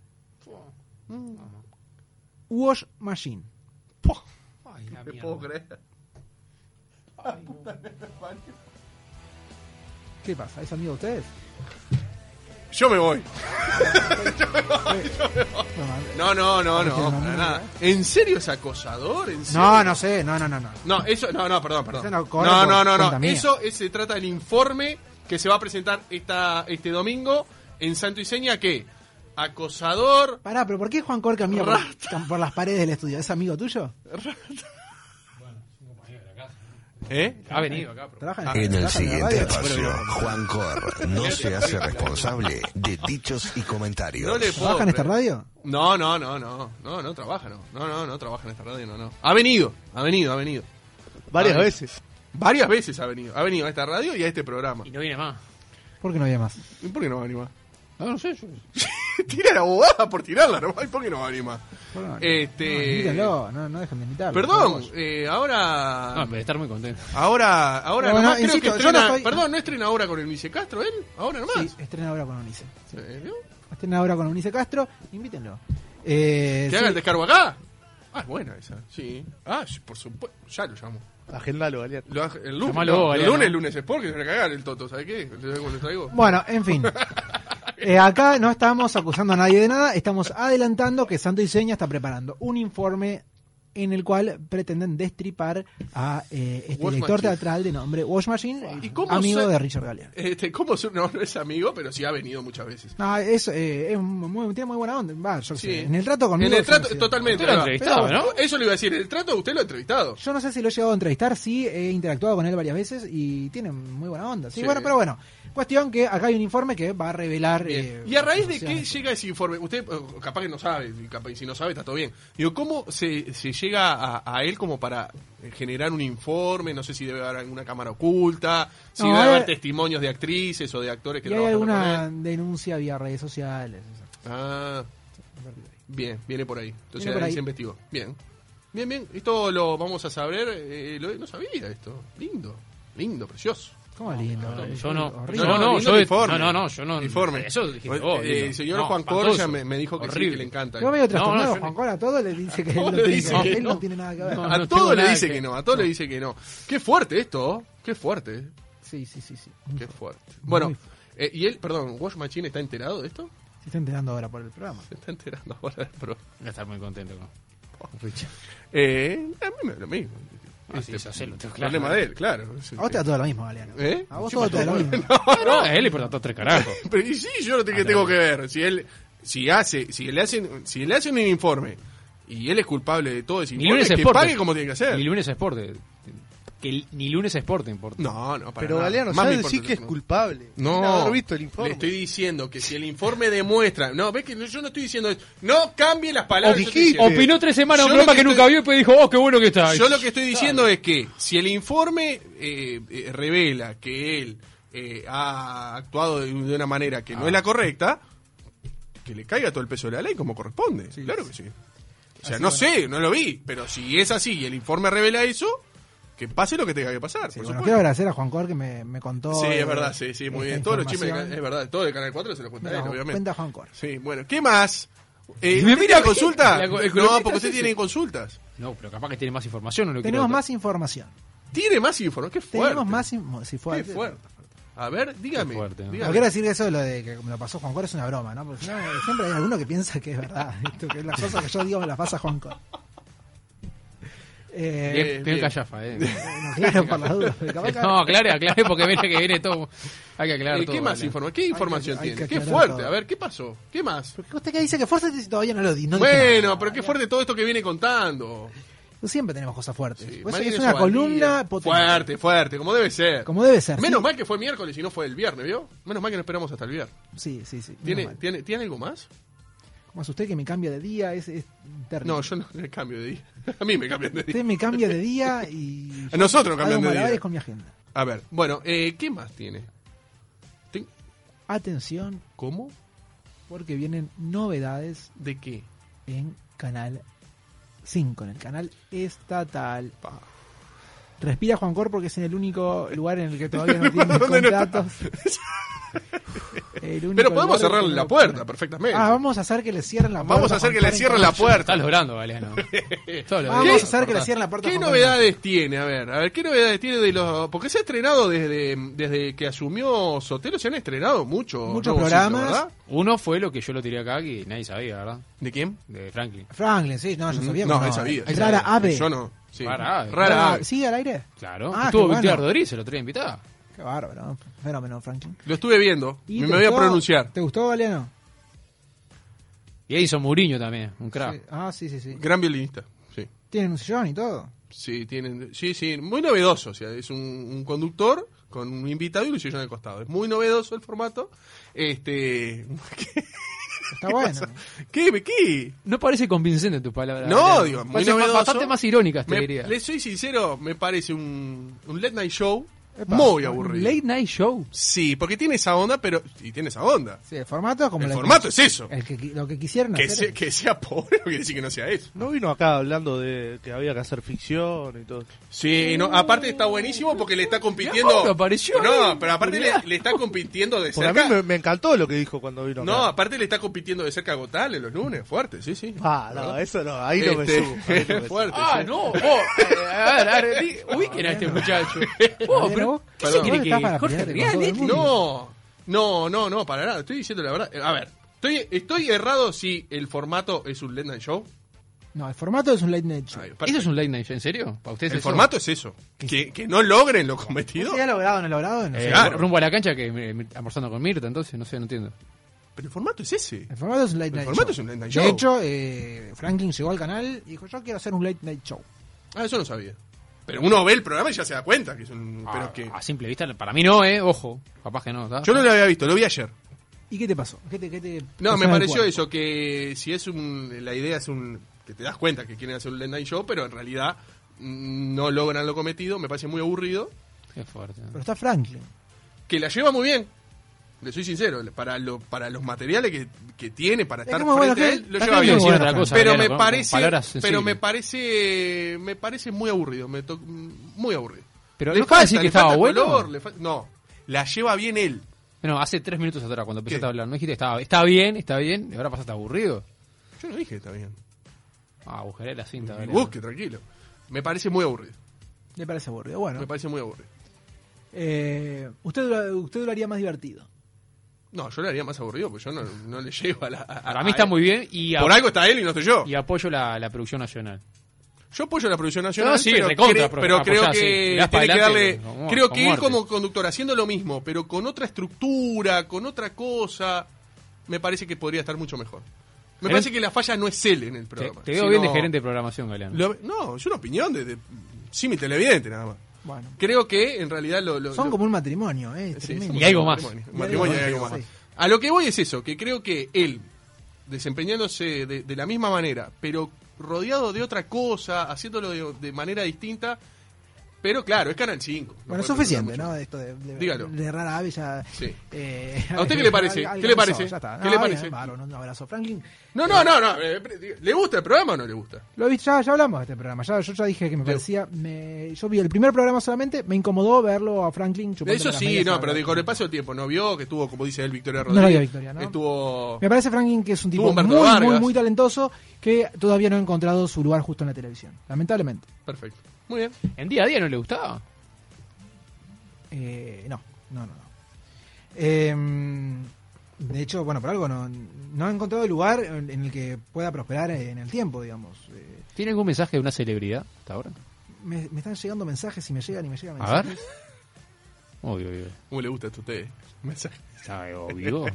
[SPEAKER 7] Wash Machine.
[SPEAKER 5] Ay, la
[SPEAKER 4] No te
[SPEAKER 5] mierda.
[SPEAKER 4] puedo creer.
[SPEAKER 7] ¿Qué pasa? ¿Es amigo de ustedes?
[SPEAKER 4] Yo me voy.
[SPEAKER 7] No,
[SPEAKER 4] No, para nada. ¿En serio es acosador? ¿En serio?
[SPEAKER 7] no sé, no.
[SPEAKER 4] No, eso, no, perdón.
[SPEAKER 7] Eso no corre
[SPEAKER 4] No.
[SPEAKER 7] por cuenta mía.
[SPEAKER 4] Eso se trata del informe que se va a presentar este domingo en Santo y Seña, que acosador,
[SPEAKER 7] Pará, pero ¿por qué Juan Cor camina por las paredes del estudio? ¿Es amigo tuyo?
[SPEAKER 5] Ha venido acá.
[SPEAKER 7] ¿Trabaja
[SPEAKER 1] En el
[SPEAKER 7] trabaja la
[SPEAKER 1] siguiente
[SPEAKER 7] radio?
[SPEAKER 1] espacio, Juan Cor no se hace responsable de dichos y comentarios.
[SPEAKER 4] no le puedo
[SPEAKER 7] ¿Trabaja en esta
[SPEAKER 4] creer.
[SPEAKER 7] radio?
[SPEAKER 4] No trabaja, no trabaja en esta radio, no. Ha venido.
[SPEAKER 8] Varias
[SPEAKER 4] Ay.
[SPEAKER 8] veces.
[SPEAKER 4] Varias veces ha venido a esta radio y a este programa.
[SPEAKER 5] Y no viene más.
[SPEAKER 7] ¿Por qué no había más?
[SPEAKER 4] ¿Y por qué no va a venir más?
[SPEAKER 5] No sé, yo...
[SPEAKER 4] Tira la bobada por tirarla, ¿no? ¿Y por qué no va a venir más?
[SPEAKER 7] No,
[SPEAKER 4] Invítenlo,
[SPEAKER 7] no dejen de invitarlo.
[SPEAKER 4] Perdón,
[SPEAKER 7] por favor.
[SPEAKER 4] ahora...
[SPEAKER 5] No, pero estar muy contento.
[SPEAKER 4] Ahora
[SPEAKER 7] Bueno,
[SPEAKER 4] nomás creo
[SPEAKER 7] insisto,
[SPEAKER 4] que
[SPEAKER 7] yo no
[SPEAKER 4] estrena...
[SPEAKER 7] estoy-
[SPEAKER 4] Perdón, ¿no estrena ahora con el Vice Castro él? ¿Ahora nomás?
[SPEAKER 7] Sí, estrena ahora con Unice.
[SPEAKER 4] ¿Serio?
[SPEAKER 7] Estrena ahora con Unice Castro, invítenlo.
[SPEAKER 4] ¿Que
[SPEAKER 7] Sí.
[SPEAKER 4] haga el descargo acá? Ah, es buena esa, sí. Ah, sí, por supuesto, ya lo llamo.
[SPEAKER 8] Agendalo, Galeano.
[SPEAKER 4] El lunes,
[SPEAKER 5] Llamalo vos,
[SPEAKER 4] el
[SPEAKER 5] Galeano.
[SPEAKER 4] lunes Sport, que se va a cagar el Toto, ¿sabes qué? ¿Le traigo?
[SPEAKER 7] Bueno, en fin. Acá no estamos acusando a nadie de nada, estamos adelantando que Santo y Seña está preparando un informe en el cual pretenden destripar a este
[SPEAKER 4] Wash
[SPEAKER 7] director
[SPEAKER 4] Machine.
[SPEAKER 7] teatral de nombre Wash Machine,
[SPEAKER 4] ¿Y cómo
[SPEAKER 7] amigo
[SPEAKER 4] se-
[SPEAKER 7] de Richard Galliano.
[SPEAKER 4] ¿Cómo no es amigo, pero sí ha venido muchas veces?
[SPEAKER 7] No, tiene muy buena onda. Va, yo qué
[SPEAKER 4] Sí.
[SPEAKER 7] sé, en el trato conmigo.
[SPEAKER 4] En el trato,
[SPEAKER 7] sí.
[SPEAKER 4] totalmente.
[SPEAKER 5] Usted lo ha
[SPEAKER 4] ahí va.
[SPEAKER 5] entrevistado,
[SPEAKER 4] Pero
[SPEAKER 5] ¿no?
[SPEAKER 4] Eso le iba a decir, en el trato usted lo ha entrevistado.
[SPEAKER 7] Yo no sé si lo he llegado a entrevistar, sí, he interactuado con él varias veces y tiene muy buena onda. Sí,
[SPEAKER 4] Sí.
[SPEAKER 7] bueno, pero bueno, cuestión que acá hay un informe que va a revelar.
[SPEAKER 4] Bien. ¿Y a raíz de qué
[SPEAKER 7] situaciones.
[SPEAKER 4] llega ese informe? Usted capaz que no sabe, y si no sabe está todo bien. Digo, ¿cómo se llega a él como para generar un informe? No sé si debe haber alguna cámara oculta, si
[SPEAKER 7] No,
[SPEAKER 4] debe haber
[SPEAKER 7] hay-
[SPEAKER 4] testimonios de actrices o de actores que
[SPEAKER 7] Y hay
[SPEAKER 4] trabajan con
[SPEAKER 7] alguna
[SPEAKER 4] él.
[SPEAKER 7] denuncia vía redes sociales.
[SPEAKER 4] Ah, bien, viene por ahí. Entonces
[SPEAKER 7] Viene por
[SPEAKER 4] ahí
[SPEAKER 7] ahí.
[SPEAKER 4] se investigó. Bien. Bien. Esto lo vamos a saber. No sabía esto. Lindo, precioso.
[SPEAKER 7] ¿Cómo lindo?
[SPEAKER 5] Yo no.
[SPEAKER 7] Horrible.
[SPEAKER 4] lindo informe.
[SPEAKER 5] Yo no.
[SPEAKER 4] Informe.
[SPEAKER 5] Eso dijiste vos, lindo.
[SPEAKER 4] El señor
[SPEAKER 5] No,
[SPEAKER 4] Juan Coro ya
[SPEAKER 5] espantoso.
[SPEAKER 4] me dijo que sí,
[SPEAKER 5] Horrible.
[SPEAKER 4] que le encanta.
[SPEAKER 7] Yo medio trastornado,
[SPEAKER 5] No, yo
[SPEAKER 7] Juan
[SPEAKER 5] no.
[SPEAKER 7] Cora, a todo le dice que
[SPEAKER 4] A todo
[SPEAKER 7] él,
[SPEAKER 4] le
[SPEAKER 7] no,
[SPEAKER 4] dice
[SPEAKER 7] tiene,
[SPEAKER 4] que
[SPEAKER 7] él no
[SPEAKER 4] no.
[SPEAKER 7] tiene nada que ver.
[SPEAKER 5] No,
[SPEAKER 4] A
[SPEAKER 5] no
[SPEAKER 4] todo
[SPEAKER 5] tengo
[SPEAKER 4] le
[SPEAKER 5] nada
[SPEAKER 4] dice
[SPEAKER 5] que-
[SPEAKER 4] que no, a todo le dice que no. Qué fuerte esto, qué fuerte,
[SPEAKER 7] Sí.
[SPEAKER 4] qué fuerte. Bueno,
[SPEAKER 7] Muy
[SPEAKER 4] y él, perdón, Wash Machine está enterado de esto?
[SPEAKER 7] Se está enterando ahora por el programa.
[SPEAKER 4] Se está enterando ahora, pero
[SPEAKER 5] Voy a estar muy contento con Richard.
[SPEAKER 4] a mí me da lo mismo.
[SPEAKER 5] Ah, sí, eso hacelo, tengo claro.
[SPEAKER 4] Problema de él, claro.
[SPEAKER 7] A vos te da todo lo mismo, Galeano.
[SPEAKER 4] ¿Eh?
[SPEAKER 7] A vos
[SPEAKER 4] Sí,
[SPEAKER 7] todo te da lo mismo.
[SPEAKER 5] No, a él le importa todo tres carajos.
[SPEAKER 4] Pero y sí, yo no que tengo que ver. Si le hacen un informe y él es culpable de todo ese
[SPEAKER 5] Ni
[SPEAKER 4] informe,
[SPEAKER 5] lunes
[SPEAKER 4] que
[SPEAKER 5] Sport.
[SPEAKER 4] pague como tiene que hacer.
[SPEAKER 5] Ni lunes Sport. Ni lunes Sport importa.
[SPEAKER 4] No, para
[SPEAKER 8] Pero
[SPEAKER 4] nada.
[SPEAKER 8] Galeano,
[SPEAKER 4] Más me
[SPEAKER 8] ya
[SPEAKER 4] importa
[SPEAKER 8] decís que es
[SPEAKER 4] eso,
[SPEAKER 8] culpable.
[SPEAKER 4] No,
[SPEAKER 8] Sin haber visto el informe.
[SPEAKER 4] le estoy diciendo que si el informe demuestra... No, ves que yo no estoy diciendo eso. No cambie las palabras.
[SPEAKER 8] O
[SPEAKER 4] yo estoy
[SPEAKER 8] dijiste.
[SPEAKER 4] diciendo.
[SPEAKER 5] Opinó 3 semanas un
[SPEAKER 4] Yo lo
[SPEAKER 5] programa
[SPEAKER 4] que
[SPEAKER 5] que nunca
[SPEAKER 4] estoy-
[SPEAKER 5] vio y después dijo, oh, qué bueno que está.
[SPEAKER 4] Yo lo que estoy diciendo es que si el informe revela que él ha actuado de una manera que no es la correcta, que le caiga todo el peso de la ley como corresponde. Claro que sí. O sea,
[SPEAKER 7] Así
[SPEAKER 4] no
[SPEAKER 7] bueno.
[SPEAKER 4] sé, no lo vi, pero si es así y el informe revela eso, que pase lo que tenga que pasar.
[SPEAKER 7] Sí,
[SPEAKER 4] por
[SPEAKER 7] bueno,
[SPEAKER 4] supuesto.
[SPEAKER 7] quiero agradecer a Juan Cor que me contó.
[SPEAKER 4] Sí, es verdad, sí, muy
[SPEAKER 7] esta
[SPEAKER 4] bien. Todos los chismes,
[SPEAKER 7] información.
[SPEAKER 4] es verdad, todo de Canal 4 se lo cuenta él,
[SPEAKER 7] No,
[SPEAKER 4] obviamente.
[SPEAKER 7] cuenta Juan Cor.
[SPEAKER 4] Sí, bueno, ¿qué más?
[SPEAKER 5] Me
[SPEAKER 4] ¿Usted
[SPEAKER 5] mira
[SPEAKER 4] tiene
[SPEAKER 5] a mí.
[SPEAKER 4] consulta?
[SPEAKER 5] El
[SPEAKER 4] No,
[SPEAKER 5] economista
[SPEAKER 4] porque usted
[SPEAKER 5] es
[SPEAKER 4] tiene
[SPEAKER 5] ese.
[SPEAKER 4] consultas.
[SPEAKER 5] No, pero capaz que tiene más información. No lo
[SPEAKER 7] Tenemos
[SPEAKER 5] quiero
[SPEAKER 7] más información.
[SPEAKER 4] Tiene más información, qué fuerte.
[SPEAKER 7] Tenemos más si
[SPEAKER 4] Qué
[SPEAKER 7] fuerte.
[SPEAKER 4] fuerte. A ver, dígame.
[SPEAKER 5] Qué fuerte, ¿no?
[SPEAKER 4] dígame.
[SPEAKER 7] No quiero decir que eso de lo de que me lo pasó Juan Cor es una broma, ¿no? Porque si no, siempre hay alguno que piensa que es verdad. Esto, que las cosas que yo digo me las pasa Juan Cor.
[SPEAKER 5] Bien
[SPEAKER 4] bien.
[SPEAKER 5] callafa,
[SPEAKER 7] No, claro, por las dudas. pero capaz que-
[SPEAKER 5] No, aclare, porque viene que viene todo. Hay que aclarar todo.
[SPEAKER 4] ¿Qué más
[SPEAKER 5] vale.
[SPEAKER 4] información? ¿Qué información
[SPEAKER 7] hay que
[SPEAKER 4] tiene? Qué
[SPEAKER 7] aclarar
[SPEAKER 4] fuerte.
[SPEAKER 7] todo.
[SPEAKER 4] A ver, ¿qué pasó? ¿Qué más?
[SPEAKER 7] Porque usted que dice que fuerte si todavía no lo di. No dije
[SPEAKER 4] Bueno,
[SPEAKER 7] nada.
[SPEAKER 4] pero qué fuerte todo esto que viene contando.
[SPEAKER 7] Siempre tenemos cosas fuertes.
[SPEAKER 4] Sí,
[SPEAKER 7] Por eso
[SPEAKER 4] María
[SPEAKER 7] es una
[SPEAKER 4] Sovaldía.
[SPEAKER 7] columna potente.
[SPEAKER 4] Fuerte, como debe ser.
[SPEAKER 7] Como debe ser.
[SPEAKER 4] Menos
[SPEAKER 7] sí.
[SPEAKER 4] mal que fue miércoles y no fue el viernes, ¿vio? Menos mal que no esperamos hasta el viernes.
[SPEAKER 7] Sí.
[SPEAKER 4] ¿Tiene,
[SPEAKER 7] menos mal.
[SPEAKER 4] ¿tiene algo más?
[SPEAKER 7] Como es usted que me cambia de día, es terrible.
[SPEAKER 4] No, yo no me cambio de día. A mí me cambian de día.
[SPEAKER 7] Usted me cambia de día y...
[SPEAKER 4] A nosotros cambian
[SPEAKER 7] hago
[SPEAKER 4] de
[SPEAKER 7] malabares
[SPEAKER 4] día.
[SPEAKER 7] con mi agenda.
[SPEAKER 4] A ver, bueno, ¿qué más tiene?
[SPEAKER 7] Atención,
[SPEAKER 4] ¿Cómo?
[SPEAKER 7] porque vienen novedades
[SPEAKER 4] ¿De qué?
[SPEAKER 7] en Canal 5, en el canal estatal.
[SPEAKER 4] Pa.
[SPEAKER 7] Respira Juan Cor porque es en el único lugar en el que todavía no tiene
[SPEAKER 4] ¿Dónde no está?
[SPEAKER 7] contratos. El único
[SPEAKER 4] Pero podemos
[SPEAKER 7] lugar
[SPEAKER 4] cerrarle
[SPEAKER 7] que
[SPEAKER 4] la
[SPEAKER 7] no
[SPEAKER 4] puerta
[SPEAKER 7] pone.
[SPEAKER 4] perfectamente.
[SPEAKER 7] Vamos a hacer que le cierren la puerta.
[SPEAKER 4] Vamos a hacer
[SPEAKER 7] Juan
[SPEAKER 4] que le
[SPEAKER 7] Cor en
[SPEAKER 4] cierren la
[SPEAKER 7] Canal
[SPEAKER 4] puerta.
[SPEAKER 5] Estás logrando, Galeano.
[SPEAKER 7] Vamos a hacer que le cierren la puerta.
[SPEAKER 4] ¿Qué
[SPEAKER 7] Juan Cor.
[SPEAKER 4] novedades tiene? A ver, ¿qué novedades tiene de los...? Porque se ha estrenado desde que asumió Sotelo, se han estrenado muchos
[SPEAKER 7] Muchos
[SPEAKER 4] nuevos
[SPEAKER 7] programas.
[SPEAKER 4] ciclos, ¿verdad?
[SPEAKER 5] Uno fue lo que yo lo tiré acá que nadie sabía, ¿verdad?
[SPEAKER 4] ¿De quién?
[SPEAKER 5] De Franklin.
[SPEAKER 7] Franklin, sí, no, yo sabía.
[SPEAKER 4] No,
[SPEAKER 7] que
[SPEAKER 4] él sabía.
[SPEAKER 7] Rara ave.
[SPEAKER 4] Yo no. Sí.
[SPEAKER 5] Rara ave.
[SPEAKER 4] Rara ave.
[SPEAKER 7] ¿Sigue al aire?
[SPEAKER 5] Claro.
[SPEAKER 7] Ah,
[SPEAKER 5] Estuvo
[SPEAKER 7] qué
[SPEAKER 5] Victoria
[SPEAKER 7] bueno.
[SPEAKER 5] Rodríguez, el otro día invitada.
[SPEAKER 7] Qué bárbaro, fenómeno, Franklin.
[SPEAKER 4] Lo estuve viendo.
[SPEAKER 7] ¿Y
[SPEAKER 4] Me
[SPEAKER 7] te
[SPEAKER 4] voy a
[SPEAKER 7] gustó?
[SPEAKER 4] pronunciar.
[SPEAKER 7] ¿Te gustó, Galeano?
[SPEAKER 5] Y Edison Mourinho también, un crack.
[SPEAKER 7] Sí. Ah, sí.
[SPEAKER 4] Gran violinista. Sí.
[SPEAKER 7] Tienen un sillón y todo.
[SPEAKER 4] Sí, sí, muy novedoso. O sea, es un conductor con un invitado y un sillón al costado. Es muy novedoso el formato.
[SPEAKER 7] Está bueno.
[SPEAKER 4] ¿Qué?
[SPEAKER 5] No parece convincente tu palabra.
[SPEAKER 4] No,
[SPEAKER 5] Galeano.
[SPEAKER 4] digo, muy
[SPEAKER 5] Parece
[SPEAKER 4] novedoso.
[SPEAKER 5] bastante más irónicas, te diría.
[SPEAKER 4] Le soy sincero, me parece un late night show
[SPEAKER 7] Epa,
[SPEAKER 4] muy
[SPEAKER 7] un
[SPEAKER 4] aburrido.
[SPEAKER 5] Late Night Show.
[SPEAKER 4] Sí, porque tiene esa onda, pero... Y tiene esa onda.
[SPEAKER 7] Sí, el formato es como
[SPEAKER 4] El
[SPEAKER 7] lo
[SPEAKER 4] formato
[SPEAKER 7] que,
[SPEAKER 4] es eso.
[SPEAKER 7] lo que quisieron
[SPEAKER 4] Que,
[SPEAKER 7] hacer.
[SPEAKER 4] que sea pobre no quiere decir que no sea eso.
[SPEAKER 8] No vino acá hablando de que había que hacer ficción y todo.
[SPEAKER 4] Sí, no, aparte está buenísimo porque le está compitiendo...
[SPEAKER 5] Mirá, apareció
[SPEAKER 4] No,
[SPEAKER 5] ahí.
[SPEAKER 4] pero aparte
[SPEAKER 5] Mirá.
[SPEAKER 4] le está compitiendo de
[SPEAKER 8] Por a
[SPEAKER 4] cerca...
[SPEAKER 8] mí me encantó lo que dijo cuando vino acá.
[SPEAKER 4] No, aparte le está compitiendo de cerca a Gotale los lunes, fuerte, sí, sí.
[SPEAKER 8] Ah, no, eso no, ahí no me
[SPEAKER 4] Este,
[SPEAKER 8] subo. ahí no me subo.
[SPEAKER 4] fuerte,
[SPEAKER 5] Ah,
[SPEAKER 4] sí.
[SPEAKER 5] no, a ver, ubiquen a este muchacho. Vos, pero, ¿qué se
[SPEAKER 4] Perdón.
[SPEAKER 5] cree
[SPEAKER 7] Vos
[SPEAKER 5] que
[SPEAKER 7] estás para
[SPEAKER 5] Jorge
[SPEAKER 7] pelearte con todo el
[SPEAKER 5] Real?
[SPEAKER 7] mundo.
[SPEAKER 4] No, para nada, estoy diciendo la verdad. A ver, ¿estoy errado si el formato es un late night show?
[SPEAKER 7] No, el formato es un late night show.
[SPEAKER 4] Ay,
[SPEAKER 5] ¿Eso es un late night show? ¿En serio? ¿Para ustedes
[SPEAKER 4] El
[SPEAKER 5] eso?
[SPEAKER 4] formato es eso. Que no logren lo cometido.
[SPEAKER 7] ¿Se ha logrado o no logrado? No sé.
[SPEAKER 4] Claro.
[SPEAKER 5] Rumbo a la cancha que almorzando con Mirta, entonces, no sé, no entiendo.
[SPEAKER 4] Pero el formato es ese.
[SPEAKER 7] El formato es un late
[SPEAKER 4] El
[SPEAKER 7] night
[SPEAKER 4] formato
[SPEAKER 7] show.
[SPEAKER 4] es un late night
[SPEAKER 7] De
[SPEAKER 4] show.
[SPEAKER 7] hecho, Franklin llegó al canal y dijo, yo quiero hacer un late night show.
[SPEAKER 4] Ah, eso no sabía. Pero uno ve el programa y ya se da cuenta que es un... pero que...
[SPEAKER 5] A simple vista, para mí no, ojo. Capaz que no. ¿tá?
[SPEAKER 4] Yo no lo había visto, lo vi ayer.
[SPEAKER 7] ¿Y qué te pasó? ¿Qué te
[SPEAKER 4] No,
[SPEAKER 7] pasó
[SPEAKER 4] me
[SPEAKER 7] en el
[SPEAKER 4] pareció
[SPEAKER 7] cuerpo?
[SPEAKER 4] eso, que si es la idea es que te das cuenta que quieren hacer un late night show, pero en realidad no logran lo cometido, me parece muy aburrido.
[SPEAKER 5] Qué fuerte.
[SPEAKER 7] Pero está Franklin.
[SPEAKER 4] Que la lleva muy bien, le soy sincero, para los materiales que tiene, para
[SPEAKER 7] Es
[SPEAKER 4] estar
[SPEAKER 7] como,
[SPEAKER 4] frente
[SPEAKER 7] bueno,
[SPEAKER 4] a él,
[SPEAKER 7] que-
[SPEAKER 4] lo
[SPEAKER 7] es
[SPEAKER 4] lleva
[SPEAKER 7] que
[SPEAKER 4] bien.
[SPEAKER 7] muy buena
[SPEAKER 5] otra cosa,
[SPEAKER 4] Pero
[SPEAKER 5] Mariano,
[SPEAKER 4] me
[SPEAKER 5] con
[SPEAKER 4] parece,
[SPEAKER 5] palabras
[SPEAKER 4] pero
[SPEAKER 5] sensibles.
[SPEAKER 4] me parece muy aburrido, muy aburrido.
[SPEAKER 5] Pero
[SPEAKER 4] Le
[SPEAKER 5] no acaba de decir
[SPEAKER 4] falta-
[SPEAKER 5] que
[SPEAKER 4] le
[SPEAKER 5] estaba
[SPEAKER 4] falta
[SPEAKER 5] bueno.
[SPEAKER 4] color, no, la lleva bien él.
[SPEAKER 5] No, hace 3 minutos atrás, cuando empezaste
[SPEAKER 4] ¿Qué?
[SPEAKER 5] a hablar, ¿no dijiste está bien, y ahora pasaste aburrido?
[SPEAKER 4] Yo no dije está bien.
[SPEAKER 5] Agujeré la cinta. dale.
[SPEAKER 4] Busque, tranquilo. Me parece muy aburrido.
[SPEAKER 7] Le parece aburrido. Bueno,
[SPEAKER 4] Me parece muy aburrido.
[SPEAKER 7] usted lo haría más divertido.
[SPEAKER 4] No, yo le haría más aburrido porque yo no le llego a la.
[SPEAKER 5] Para mí está muy bien y,
[SPEAKER 4] Por algo está él y no estoy yo.
[SPEAKER 5] y apoyo la producción nacional.
[SPEAKER 4] Yo apoyo la producción nacional,
[SPEAKER 5] No, sí,
[SPEAKER 4] pero,
[SPEAKER 5] recontra,
[SPEAKER 4] pero creo
[SPEAKER 5] apoyá, sí.
[SPEAKER 4] que
[SPEAKER 5] Le das pa'
[SPEAKER 4] tiene que darle.
[SPEAKER 5] adelante, como-
[SPEAKER 4] Creo
[SPEAKER 5] como
[SPEAKER 4] que él
[SPEAKER 5] muerte.
[SPEAKER 4] como conductor haciendo lo mismo, pero con otra estructura, con otra cosa, me parece que podría estar mucho mejor. Me
[SPEAKER 5] Gerente-
[SPEAKER 4] parece que la falla no es él en el
[SPEAKER 5] Te,
[SPEAKER 4] programa.
[SPEAKER 5] te veo
[SPEAKER 4] sino-
[SPEAKER 5] bien de gerente de programación, Galeano.
[SPEAKER 4] No, es una opinión de símil televidente nada más.
[SPEAKER 7] Bueno,
[SPEAKER 4] Creo que en realidad
[SPEAKER 7] son como un matrimonio,
[SPEAKER 4] Sí,
[SPEAKER 7] tremendo.
[SPEAKER 4] somos
[SPEAKER 5] Y algo
[SPEAKER 4] un
[SPEAKER 5] más.
[SPEAKER 4] Un matrimonio y algo más.
[SPEAKER 7] Sí.
[SPEAKER 4] A lo que voy es eso, que creo que él, desempeñándose de la misma manera, pero rodeado de otra cosa, haciéndolo de manera distinta, pero claro, es Canal 5.
[SPEAKER 7] Bueno, es
[SPEAKER 4] puede
[SPEAKER 7] suficiente,
[SPEAKER 4] preguntar
[SPEAKER 7] ¿no?
[SPEAKER 4] mucho.
[SPEAKER 7] Esto de
[SPEAKER 4] Dígalo.
[SPEAKER 7] de rara ave ya...
[SPEAKER 4] Sí. ¿A usted qué le parece? ¿Qué le parece?
[SPEAKER 7] Ya está.
[SPEAKER 4] ¿Qué le parece?
[SPEAKER 7] Un abrazo, Franklin.
[SPEAKER 4] No. ¿Le gusta el programa o no le gusta?
[SPEAKER 7] Lo he visto, ya hablamos de este programa. Yo ya dije que me parecía... yo vi el primer programa solamente, me incomodó verlo a Franklin chupando
[SPEAKER 4] Eso
[SPEAKER 7] las
[SPEAKER 4] sí,
[SPEAKER 7] medias
[SPEAKER 4] no,
[SPEAKER 7] a-
[SPEAKER 4] pero con el paso del tiempo, ¿no vio? Que estuvo, como dice él, Victoria
[SPEAKER 7] No
[SPEAKER 4] Rodríguez.
[SPEAKER 7] lo vio Victoria, ¿no?
[SPEAKER 4] Estuvo...
[SPEAKER 7] Me parece Franklin que es un tipo
[SPEAKER 4] Humberto
[SPEAKER 7] muy, muy,
[SPEAKER 4] Vargas.
[SPEAKER 7] muy talentoso que todavía no ha encontrado su lugar justo en la televisión. Lamentablemente.
[SPEAKER 4] Perfecto. Muy bien.
[SPEAKER 5] ¿En día a día no le gustaba?
[SPEAKER 7] No. De hecho, bueno, por algo no ha encontrado el lugar en el que pueda prosperar en el tiempo, digamos.
[SPEAKER 5] ¿Tiene algún mensaje de una celebridad hasta ahora?
[SPEAKER 7] Me están llegando mensajes y me llegan
[SPEAKER 5] A
[SPEAKER 7] mensajes.
[SPEAKER 5] ver. Obvio.
[SPEAKER 4] ¿Cómo le gusta esto a usted? Mensaje.
[SPEAKER 5] ¿Sabe? Obvio.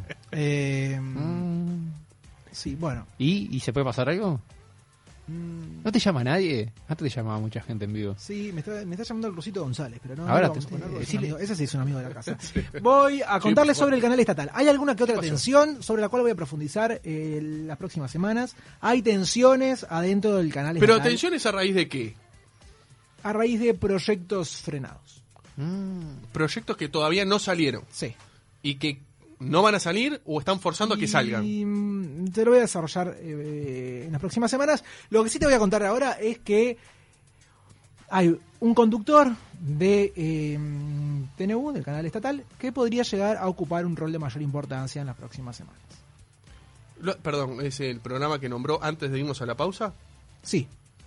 [SPEAKER 7] Sí, bueno.
[SPEAKER 5] ¿Y se puede pasar algo?
[SPEAKER 7] Mm,
[SPEAKER 5] ¿No te llama nadie? Antes te llamaba mucha gente en vivo.
[SPEAKER 7] Sí, me está llamando el Rosito González, pero no,
[SPEAKER 5] Ahora
[SPEAKER 7] no vamos
[SPEAKER 5] te-
[SPEAKER 7] a ponerlo, es un
[SPEAKER 5] decile-
[SPEAKER 7] amigo- ese sí es un amigo de la casa. Voy a contarles
[SPEAKER 4] por favor.
[SPEAKER 7] sobre el canal estatal. Hay alguna que otra
[SPEAKER 4] ¿Qué pasó?
[SPEAKER 7] tensión sobre la cual voy a profundizar las próximas semanas. Hay tensiones adentro del canal
[SPEAKER 4] Pero
[SPEAKER 7] estatal
[SPEAKER 4] ¿tensiones a raíz de qué?
[SPEAKER 7] a raíz de proyectos frenados.
[SPEAKER 4] Proyectos que todavía no salieron
[SPEAKER 7] Sí.
[SPEAKER 4] y que no van a salir o están forzando a que salgan.
[SPEAKER 7] Y te lo voy a desarrollar en las próximas semanas. Lo que sí te voy a contar ahora es que hay un conductor de TNU, del canal estatal, que podría llegar a ocupar un rol de mayor importancia en las próximas semanas.
[SPEAKER 4] Perdón, ¿es el programa que nombró antes de irnos a la pausa?
[SPEAKER 7] Sí.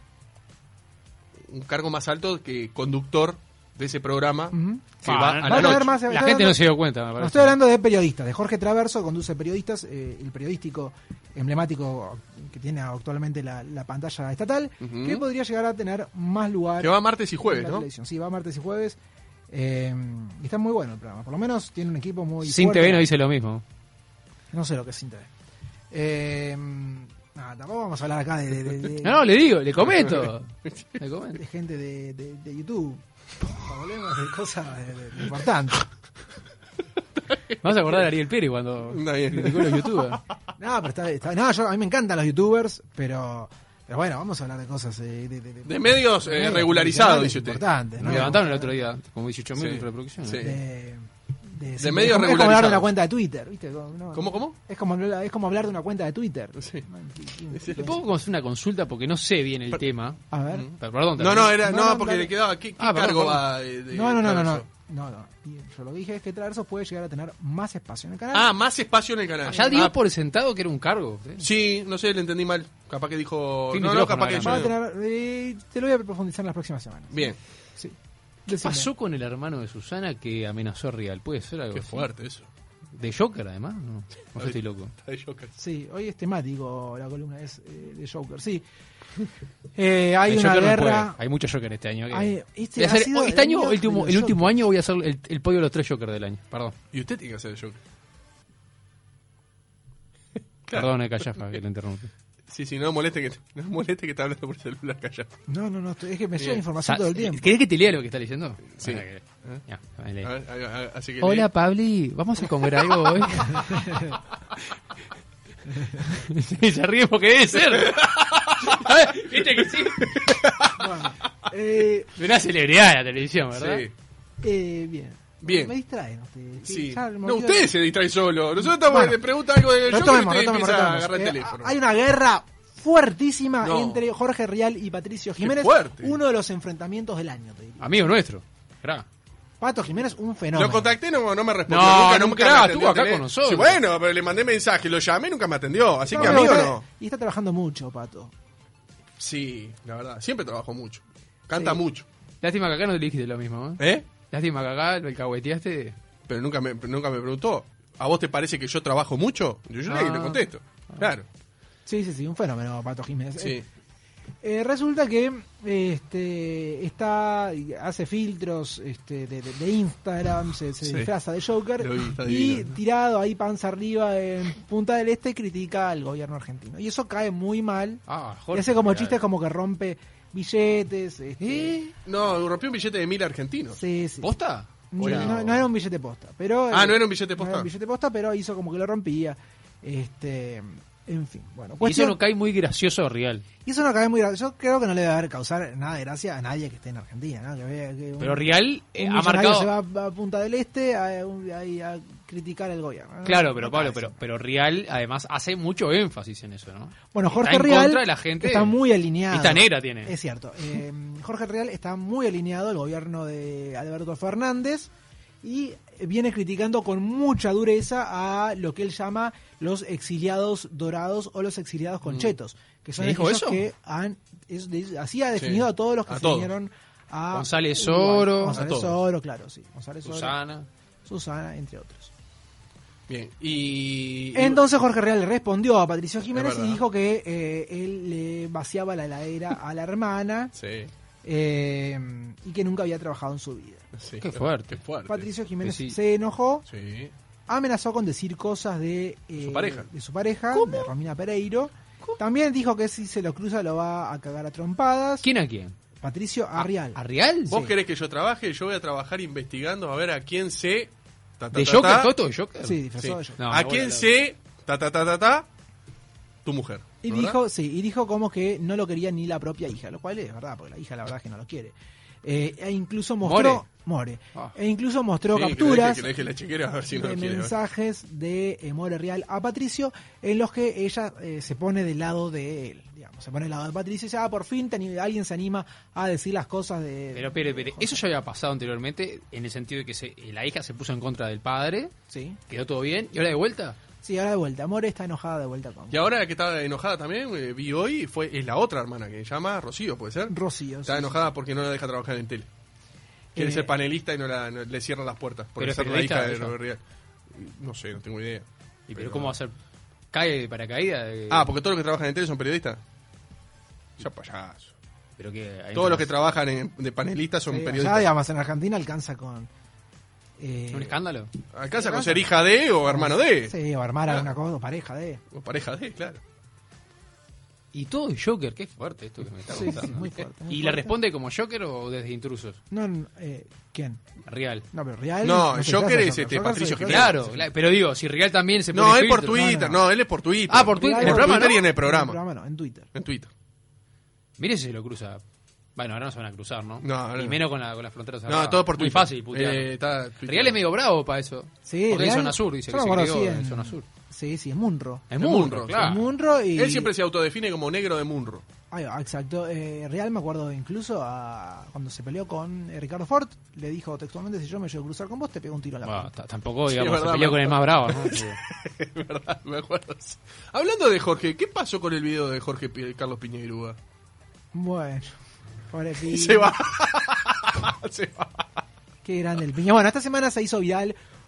[SPEAKER 4] Un cargo más alto que conductor de ese programa
[SPEAKER 7] Ujú.
[SPEAKER 4] que va a
[SPEAKER 7] Va a
[SPEAKER 4] la
[SPEAKER 7] tener
[SPEAKER 4] noche.
[SPEAKER 7] más-
[SPEAKER 5] La
[SPEAKER 7] estoy
[SPEAKER 5] gente
[SPEAKER 7] hablando-
[SPEAKER 5] no se dio cuenta, me
[SPEAKER 7] No
[SPEAKER 5] parece.
[SPEAKER 7] estoy hablando de periodistas, de Jorge Traverso, conduce periodistas, el periodístico emblemático que tiene actualmente la pantalla estatal,
[SPEAKER 4] Ujú.
[SPEAKER 7] que podría llegar a tener más lugar
[SPEAKER 4] Que va martes y
[SPEAKER 7] en
[SPEAKER 4] jueves,
[SPEAKER 7] la
[SPEAKER 4] ¿no?
[SPEAKER 7] televisión. Sí, va martes y jueves. Y está muy bueno el programa. Por lo menos tiene un equipo muy
[SPEAKER 5] Sin
[SPEAKER 7] fuerte.
[SPEAKER 5] TV no dice lo mismo.
[SPEAKER 7] No sé lo que es Sin TV. Tampoco vamos a hablar acá de
[SPEAKER 5] No, le digo, le comento. Le comento.
[SPEAKER 7] de gente de YouTube. Hablemos de cosas de importantes.
[SPEAKER 5] Vas a acordar a Ariel Pérez cuando
[SPEAKER 4] Está bien.
[SPEAKER 5] criticó a los youtubers.
[SPEAKER 7] No, pero no, a mí me encantan los youtubers, pero bueno, vamos a hablar de cosas
[SPEAKER 4] De medios regularizados, dice usted.
[SPEAKER 7] importantes, ¿no?
[SPEAKER 5] Me levantaron el otro día como 18.000
[SPEAKER 4] Sí.
[SPEAKER 5] reproducciones.
[SPEAKER 4] Sí.
[SPEAKER 7] De
[SPEAKER 4] medios
[SPEAKER 7] es como hablar de
[SPEAKER 4] regularizados.
[SPEAKER 7] una cuenta de Twitter, ¿viste? No,
[SPEAKER 4] ¿Cómo?
[SPEAKER 7] Es como hablar de una cuenta de Twitter.
[SPEAKER 4] Sí.
[SPEAKER 5] ¿Te puedo hacer una consulta porque no sé bien el tema?
[SPEAKER 7] A ver.
[SPEAKER 5] Pero, perdón.
[SPEAKER 4] No,
[SPEAKER 7] No,
[SPEAKER 4] porque
[SPEAKER 7] dale.
[SPEAKER 4] le quedaba. ¿Qué
[SPEAKER 5] Ah, perdón,
[SPEAKER 4] cargo
[SPEAKER 5] perdón.
[SPEAKER 4] va
[SPEAKER 7] No.
[SPEAKER 4] Traverso?
[SPEAKER 7] Y yo lo que dije es que Traverso puede llegar a tener más espacio en el canal.
[SPEAKER 4] Ah, más espacio en el canal.
[SPEAKER 5] Ya dio
[SPEAKER 4] Ah,
[SPEAKER 5] por sentado que era un cargo. ¿sí?
[SPEAKER 4] Sí, no sé, le entendí mal. Capaz que dijo.
[SPEAKER 5] Sin
[SPEAKER 4] No,
[SPEAKER 5] micrófono,
[SPEAKER 4] capaz que
[SPEAKER 5] además.
[SPEAKER 7] Va a
[SPEAKER 4] yo.
[SPEAKER 7] tener, te lo voy a profundizar en las próximas semanas.
[SPEAKER 4] Bien.
[SPEAKER 7] Sí.
[SPEAKER 5] ¿Qué pasó con el hermano de Susana que amenazó a Rial? ¿Puede ser algo
[SPEAKER 4] Qué
[SPEAKER 5] así?
[SPEAKER 4] fuerte eso.
[SPEAKER 5] ¿De Joker, además? No, no estoy loco.
[SPEAKER 4] Está de Joker.
[SPEAKER 7] Sí, hoy es temático la columna, es de Joker, sí. Hay
[SPEAKER 5] El
[SPEAKER 7] una
[SPEAKER 5] Joker no
[SPEAKER 7] guerra.
[SPEAKER 5] puede. Hay mucho Joker este año.
[SPEAKER 7] Este
[SPEAKER 5] Voy a hacer-
[SPEAKER 7] ha sido
[SPEAKER 5] este
[SPEAKER 7] el
[SPEAKER 5] año,
[SPEAKER 7] año
[SPEAKER 5] el último,
[SPEAKER 7] de
[SPEAKER 5] el
[SPEAKER 7] los
[SPEAKER 5] último
[SPEAKER 7] Joker.
[SPEAKER 5] año, voy a hacer el podio de los 3 Joker del año. Perdón.
[SPEAKER 4] Y usted tiene que hacer de Joker.
[SPEAKER 5] Perdón, Callafa, que lo interrumpí.
[SPEAKER 4] Sí, no moleste que te hablando por celular, calla.
[SPEAKER 7] No, es que me llega
[SPEAKER 4] Bien.
[SPEAKER 7] información todo el tiempo.
[SPEAKER 5] ¿Querés que te lea lo que está leyendo?
[SPEAKER 4] Sí.
[SPEAKER 5] Bueno, ya, me lee.
[SPEAKER 4] Así que
[SPEAKER 5] Hola, Pabli, ¿vamos a comer algo hoy? Sí, se ríe porque debe ser. ¿Viste que sí?
[SPEAKER 7] Bueno,
[SPEAKER 5] Una celebridad de la televisión, ¿verdad?
[SPEAKER 4] Sí.
[SPEAKER 7] bien.
[SPEAKER 4] Bien.
[SPEAKER 7] Me distraen ustedes.
[SPEAKER 4] Sí.
[SPEAKER 7] Ya me
[SPEAKER 4] No,
[SPEAKER 7] olvido
[SPEAKER 4] ustedes
[SPEAKER 7] de-
[SPEAKER 4] se distraen solo. Nosotros estamos,
[SPEAKER 7] Bueno.
[SPEAKER 4] le preguntan algo del Joker y
[SPEAKER 7] Retomemos,
[SPEAKER 4] usted empieza a
[SPEAKER 7] retomemos.
[SPEAKER 4] agarrar el teléfono.
[SPEAKER 7] Hay una guerra fuertísima
[SPEAKER 4] No.
[SPEAKER 7] entre Jorge Rial y Patricio Jiménez.
[SPEAKER 4] fuerte.
[SPEAKER 7] Uno de los enfrentamientos del año, te diría.
[SPEAKER 5] Amigo nuestro. Crack.
[SPEAKER 7] Pato Jiménez, un fenómeno.
[SPEAKER 4] Lo contacté, no me respondió.
[SPEAKER 5] No,
[SPEAKER 4] nunca
[SPEAKER 5] nunca,
[SPEAKER 4] me atendió
[SPEAKER 5] estuvo acá
[SPEAKER 4] el teléfono.
[SPEAKER 5] con nosotros.
[SPEAKER 4] Sí, bueno, pero le mandé mensaje, lo llamé y nunca me atendió. Así que
[SPEAKER 7] No,
[SPEAKER 4] amigo
[SPEAKER 7] está-
[SPEAKER 4] no.
[SPEAKER 7] Y está trabajando mucho, Pato.
[SPEAKER 4] Sí, la verdad. Siempre trabajó mucho. Canta
[SPEAKER 7] Sí.
[SPEAKER 4] mucho.
[SPEAKER 5] Lástima que acá no te dijiste lo mismo, ¿eh?
[SPEAKER 4] ¿Eh?
[SPEAKER 5] Lástima que acá lo alcahueteaste.
[SPEAKER 4] Pero nunca me preguntó. ¿A vos te parece que yo trabajo mucho? Yo le contesto. Claro.
[SPEAKER 7] Sí, un fenómeno, Pato Jiménez.
[SPEAKER 4] Sí.
[SPEAKER 7] Resulta que hace filtros de Instagram, se
[SPEAKER 4] Sí.
[SPEAKER 7] disfraza de Joker
[SPEAKER 4] Lo vi, está
[SPEAKER 7] y
[SPEAKER 4] divino.
[SPEAKER 7] tirado ahí panza arriba en Punta del Este critica al gobierno argentino. Y eso cae muy mal.
[SPEAKER 5] Ah,
[SPEAKER 7] Y
[SPEAKER 5] Jorge.
[SPEAKER 7] hace como chistes como que rompe billetes.
[SPEAKER 4] No, rompió un billete de 1.000 argentinos.
[SPEAKER 7] Sí.
[SPEAKER 5] ¿Posta?
[SPEAKER 7] No,
[SPEAKER 5] Hola.
[SPEAKER 7] no era un billete posta, pero
[SPEAKER 4] ¿no era un billete
[SPEAKER 7] no
[SPEAKER 4] posta?
[SPEAKER 7] era un billete posta, pero hizo como que lo rompía. En fin, bueno.
[SPEAKER 5] Y eso
[SPEAKER 7] cuestión-
[SPEAKER 5] no cae muy gracioso real.
[SPEAKER 7] Y eso no cae muy gracioso. Yo creo que no le debe haber causar nada de gracia a nadie que esté en Argentina, ¿no? Que vea que
[SPEAKER 5] Pero real
[SPEAKER 7] un
[SPEAKER 5] ha
[SPEAKER 7] millonario
[SPEAKER 5] marcado.
[SPEAKER 7] se va a Punta del Este a criticar al gobierno, ¿no?
[SPEAKER 5] Claro, pero
[SPEAKER 7] No
[SPEAKER 5] Pablo,
[SPEAKER 7] cae
[SPEAKER 5] pero Real además hace mucho énfasis en eso, ¿no?
[SPEAKER 7] Bueno, Jorge
[SPEAKER 5] Está en
[SPEAKER 7] Rial
[SPEAKER 5] contra de la gente.
[SPEAKER 7] está muy alineado.
[SPEAKER 5] Lista negra tiene.
[SPEAKER 7] Es cierto. Jorge Rial está muy alineado al gobierno de Alberto Fernández y viene criticando con mucha dureza a lo que él llama los exiliados dorados o los exiliados conchetos, que son
[SPEAKER 5] ¿Dijo
[SPEAKER 7] aquellos
[SPEAKER 5] eso?
[SPEAKER 7] que así ha definido a todos los que
[SPEAKER 4] a
[SPEAKER 7] se
[SPEAKER 4] todos.
[SPEAKER 7] vinieron a
[SPEAKER 5] González
[SPEAKER 7] Uruguay.
[SPEAKER 5] Oro,
[SPEAKER 7] González
[SPEAKER 4] a todos.
[SPEAKER 7] Oro, claro, sí. González Oro,
[SPEAKER 5] Susana.
[SPEAKER 7] entre otros.
[SPEAKER 4] Bien. Y
[SPEAKER 7] Entonces Jorge Real le respondió a Patricio Jiménez
[SPEAKER 4] Es
[SPEAKER 7] y
[SPEAKER 4] verdad.
[SPEAKER 7] dijo que él le vaciaba la heladera a la hermana
[SPEAKER 4] Sí.
[SPEAKER 7] y que nunca había trabajado en su vida.
[SPEAKER 4] Sí.
[SPEAKER 5] Qué fuerte.
[SPEAKER 4] Qué fuerte.
[SPEAKER 7] Patricio Jiménez
[SPEAKER 5] Sí.
[SPEAKER 7] se enojó,
[SPEAKER 4] Sí.
[SPEAKER 7] amenazó con decir cosas de
[SPEAKER 4] Su pareja.
[SPEAKER 7] de su pareja, de Romina Pereiro. También dijo que si se lo cruza lo va a cagar a trompadas.
[SPEAKER 5] ¿Quién a quién?
[SPEAKER 7] Patricio Arrial.
[SPEAKER 5] ¿A Real?
[SPEAKER 4] ¿Vos querés que yo trabaje? Yo voy a trabajar investigando a ver a quién sé.
[SPEAKER 5] ¿De Joker? ¿Todo esto de Joker?
[SPEAKER 7] Sí, disfrazado de
[SPEAKER 4] Sí.
[SPEAKER 7] Joker.
[SPEAKER 5] No,
[SPEAKER 4] ¿A
[SPEAKER 5] me
[SPEAKER 4] quién
[SPEAKER 5] vuela
[SPEAKER 4] sé? Tu mujer.
[SPEAKER 7] Y
[SPEAKER 4] ¿verdad?
[SPEAKER 7] dijo como que no lo quería ni la propia hija, lo cual es verdad, porque la hija la verdad es que no lo quiere. E incluso mostró More.
[SPEAKER 5] Ah.
[SPEAKER 7] E incluso mostró
[SPEAKER 4] Sí,
[SPEAKER 7] capturas
[SPEAKER 4] que le deje la chequera a ver si no
[SPEAKER 7] de
[SPEAKER 4] lo quiere.
[SPEAKER 7] mensajes de More Real a Patricio en los que ella se pone del lado de él, digamos, se pone del lado de Patricio y dice, por fin alguien se anima a decir las cosas de...
[SPEAKER 5] Pero, espere, eso ya había pasado anteriormente en el sentido de que la hija se puso en contra del padre,
[SPEAKER 7] Sí,
[SPEAKER 5] quedó todo bien, y ahora de vuelta.
[SPEAKER 7] sí, ahora de vuelta. More está enojada de vuelta con
[SPEAKER 4] Y ahora la que está enojada también, vi hoy, es la otra hermana que se llama Rocío, ¿puede ser?
[SPEAKER 7] Rocío.
[SPEAKER 4] Está
[SPEAKER 7] sí,
[SPEAKER 4] enojada porque no la deja trabajar en tele. Quiere ser panelista y no le cierran las puertas por
[SPEAKER 5] Pero
[SPEAKER 4] ser
[SPEAKER 5] es
[SPEAKER 4] la hija de
[SPEAKER 5] periodista,
[SPEAKER 4] Robert Real. No sé, no tengo idea.
[SPEAKER 5] ¿Y pero cómo va a ser? ¿Cae de paracaídas?
[SPEAKER 4] Porque todos los que trabajan en tele son periodistas. Ya payaso.
[SPEAKER 5] Pero que hay
[SPEAKER 4] Todos los que
[SPEAKER 5] más-
[SPEAKER 4] trabajan de panelistas son
[SPEAKER 7] sí.
[SPEAKER 4] periodistas.
[SPEAKER 7] Ya, digamos, en Argentina alcanza con...
[SPEAKER 5] ¿Un escándalo?
[SPEAKER 4] ¿Alcanza con ser hija de o hermano de?
[SPEAKER 7] Sí, o armar
[SPEAKER 4] Ah.
[SPEAKER 7] alguna cosa, o pareja de...
[SPEAKER 4] O pareja de, claro.
[SPEAKER 5] Y todo de Joker, qué fuerte esto que me está
[SPEAKER 7] Sí,
[SPEAKER 5] contando.
[SPEAKER 7] sí, muy fuerte, muy
[SPEAKER 5] ¿Y le
[SPEAKER 7] fuerte.
[SPEAKER 5] responde como Joker o desde intrusos?
[SPEAKER 7] No, ¿quién?
[SPEAKER 5] Real.
[SPEAKER 7] No, pero Real...
[SPEAKER 4] No,
[SPEAKER 7] se
[SPEAKER 4] Joker
[SPEAKER 7] trata de
[SPEAKER 4] es
[SPEAKER 7] Joker.
[SPEAKER 4] Patricio
[SPEAKER 7] se-
[SPEAKER 4] Jiménez.
[SPEAKER 5] Claro, pero digo, si Real también se pone
[SPEAKER 4] No, él por
[SPEAKER 5] filtro.
[SPEAKER 4] Twitter.
[SPEAKER 7] no.
[SPEAKER 4] No, él es por Twitter.
[SPEAKER 5] Ah, por Twitter.
[SPEAKER 7] Real
[SPEAKER 5] ¿En el
[SPEAKER 7] por
[SPEAKER 5] programa
[SPEAKER 4] Twitter y
[SPEAKER 5] no?
[SPEAKER 4] en el programa.
[SPEAKER 7] No, en Twitter.
[SPEAKER 4] En Twitter.
[SPEAKER 5] Mire si se lo cruza. Bueno, ahora no se van a cruzar, ¿no?
[SPEAKER 4] No, ahora
[SPEAKER 5] Ni
[SPEAKER 4] no.
[SPEAKER 5] menos con las fronteras
[SPEAKER 4] No,
[SPEAKER 5] cerradas.
[SPEAKER 4] todo por
[SPEAKER 5] Muy
[SPEAKER 4] Twitter.
[SPEAKER 5] fácil putear.
[SPEAKER 4] Está Twitter.
[SPEAKER 5] Real es medio bravo para eso.
[SPEAKER 7] Sí,
[SPEAKER 5] Porque es
[SPEAKER 7] Real-
[SPEAKER 5] zona sur, dice
[SPEAKER 7] yo
[SPEAKER 5] que
[SPEAKER 7] me
[SPEAKER 5] se
[SPEAKER 7] acuerdo,
[SPEAKER 5] crió
[SPEAKER 7] sí,
[SPEAKER 5] en zona sur.
[SPEAKER 7] Sí, es Munro.
[SPEAKER 5] Es
[SPEAKER 4] Es
[SPEAKER 5] Munro,
[SPEAKER 4] Munro,
[SPEAKER 5] claro.
[SPEAKER 7] Es Munro y...
[SPEAKER 4] Él siempre se autodefine como negro de Munro.
[SPEAKER 7] Ahí va, exacto. Real me acuerdo incluso cuando se peleó con Ricardo Ford, le dijo textualmente, si yo me llevo a cruzar con vos, te pego un tiro a la
[SPEAKER 5] Bueno,
[SPEAKER 7] mano.
[SPEAKER 5] tampoco,
[SPEAKER 4] Sí,
[SPEAKER 5] digamos,
[SPEAKER 4] es verdad,
[SPEAKER 5] se peleó
[SPEAKER 4] me
[SPEAKER 5] con el más bravo, ¿no?
[SPEAKER 4] Es verdad, me acuerdo. Hablando de Jorge, ¿qué pasó con el video de Jorge Carlos Piñeirúa?
[SPEAKER 7] Bueno, pobre Piña.
[SPEAKER 4] Se va. Se va.
[SPEAKER 7] Qué grande el Piña. Bueno, esta semana se hizo viral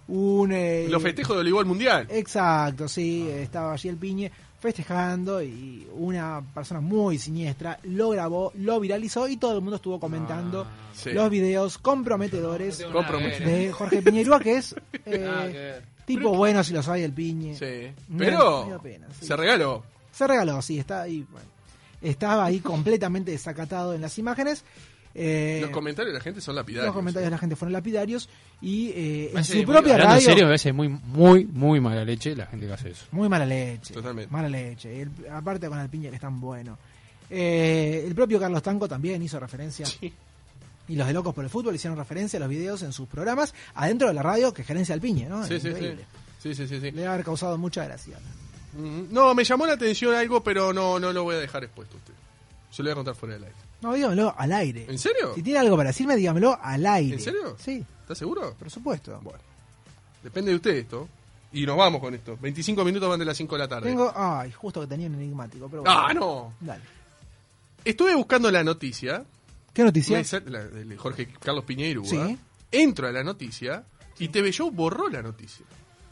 [SPEAKER 4] Los festejos de voleibol mundial.
[SPEAKER 7] Exacto, sí, estaba allí el Piñe festejando y una persona muy siniestra lo grabó, lo viralizó y todo el mundo estuvo comentando
[SPEAKER 4] sí.
[SPEAKER 7] los videos comprometedores
[SPEAKER 5] No tengo nada que ver.
[SPEAKER 7] de Jorge Piñerúa, que es
[SPEAKER 5] Nada que ver.
[SPEAKER 7] tipo bueno si lo sabe el Piñe.
[SPEAKER 4] Sí.
[SPEAKER 7] Me
[SPEAKER 4] Pero
[SPEAKER 7] dio pena, sí.
[SPEAKER 4] se regaló.
[SPEAKER 7] Se regaló, sí, está ahí, bueno, estaba ahí completamente desacatado en las imágenes.
[SPEAKER 4] Los comentarios de la gente son lapidarios.
[SPEAKER 7] Los comentarios de la gente fueron lapidarios y en
[SPEAKER 5] Me
[SPEAKER 7] su
[SPEAKER 5] hace
[SPEAKER 7] propia
[SPEAKER 5] hablando
[SPEAKER 7] radio...
[SPEAKER 5] en serio, me parece muy mala leche la gente que hace eso.
[SPEAKER 7] Muy mala leche.
[SPEAKER 4] Totalmente.
[SPEAKER 7] Mala leche. Aparte con el Piña que es tan bueno. El propio Carlos Tanco también hizo referencia.
[SPEAKER 4] Sí.
[SPEAKER 7] Y los de Locos por el Fútbol hicieron referencia a los videos en sus programas adentro de la radio que gerencia el Piña, ¿no?
[SPEAKER 4] Sí,
[SPEAKER 7] Increíble.
[SPEAKER 4] sí.
[SPEAKER 7] Le va a haber causado mucha gracia.
[SPEAKER 4] No, me llamó la atención algo, pero no lo voy a dejar expuesto a usted. Se lo voy a contar fuera del aire.
[SPEAKER 7] No, dígamelo al aire.
[SPEAKER 4] ¿En serio?
[SPEAKER 7] Si tiene algo para decirme, dígamelo al aire.
[SPEAKER 4] ¿En serio?
[SPEAKER 7] Sí,
[SPEAKER 4] ¿Estás seguro?
[SPEAKER 7] por supuesto.
[SPEAKER 4] Bueno, depende de usted esto. Y nos vamos con esto. 25 minutos van de las 5 de la tarde.
[SPEAKER 7] Justo que tenía un enigmático. Pero bueno.
[SPEAKER 4] ¡Ah, no!
[SPEAKER 7] Dale.
[SPEAKER 4] Estuve buscando la noticia.
[SPEAKER 7] ¿Qué noticia?
[SPEAKER 4] La de Jorge Carlos Piñeirúa.
[SPEAKER 7] Sí.
[SPEAKER 4] Entro a la noticia y TV Show borró la noticia.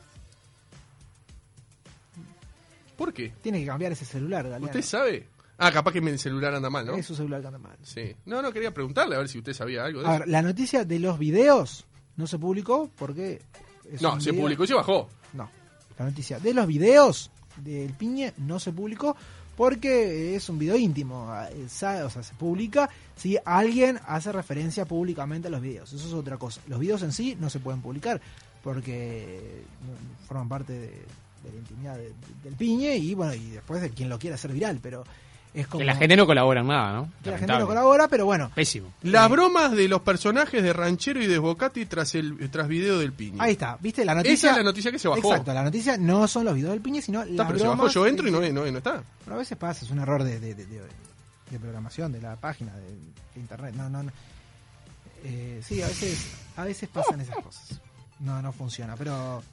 [SPEAKER 4] ¿Por qué?
[SPEAKER 7] Tiene que cambiar ese celular, Galeano.
[SPEAKER 4] ¿Usted sabe? Ah, capaz que mi celular anda mal, ¿no?
[SPEAKER 7] Es su celular que anda mal.
[SPEAKER 4] Sí. No, quería preguntarle a ver si usted sabía algo de
[SPEAKER 7] A
[SPEAKER 4] eso.
[SPEAKER 7] ver, la noticia de los videos no se publicó porque... es
[SPEAKER 4] No,
[SPEAKER 7] un
[SPEAKER 4] se
[SPEAKER 7] video-
[SPEAKER 4] publicó y se bajó.
[SPEAKER 7] No, la noticia de los videos del Piñe no se publicó porque es un video íntimo. O sea, se publica si alguien hace referencia públicamente a los videos. Eso es otra cosa. Los videos en sí no se pueden publicar porque forman parte de la intimidad del Piñe y bueno, y después de quien lo quiera hacer viral, pero es como
[SPEAKER 5] Que la gente no colabora en nada, ¿no?
[SPEAKER 7] que la gente no
[SPEAKER 5] Lamentable.
[SPEAKER 7] colabora, pero bueno,
[SPEAKER 5] Pésimo.
[SPEAKER 4] Las bromas de los personajes de Ranchero y de Bocati tras video del Piñe.
[SPEAKER 7] ahí está, ¿viste? La noticia...
[SPEAKER 4] Esa es la noticia que se bajó.
[SPEAKER 7] Exacto, la noticia no son los videos del Piñe, sino
[SPEAKER 4] Está,
[SPEAKER 7] las
[SPEAKER 4] pero se bajó,
[SPEAKER 7] bromas
[SPEAKER 4] yo entro y
[SPEAKER 7] de-
[SPEAKER 4] no está.
[SPEAKER 7] Pero a veces pasa, es un error de programación de la página de internet. No. Sí, a veces pasan esas cosas. No funciona, pero.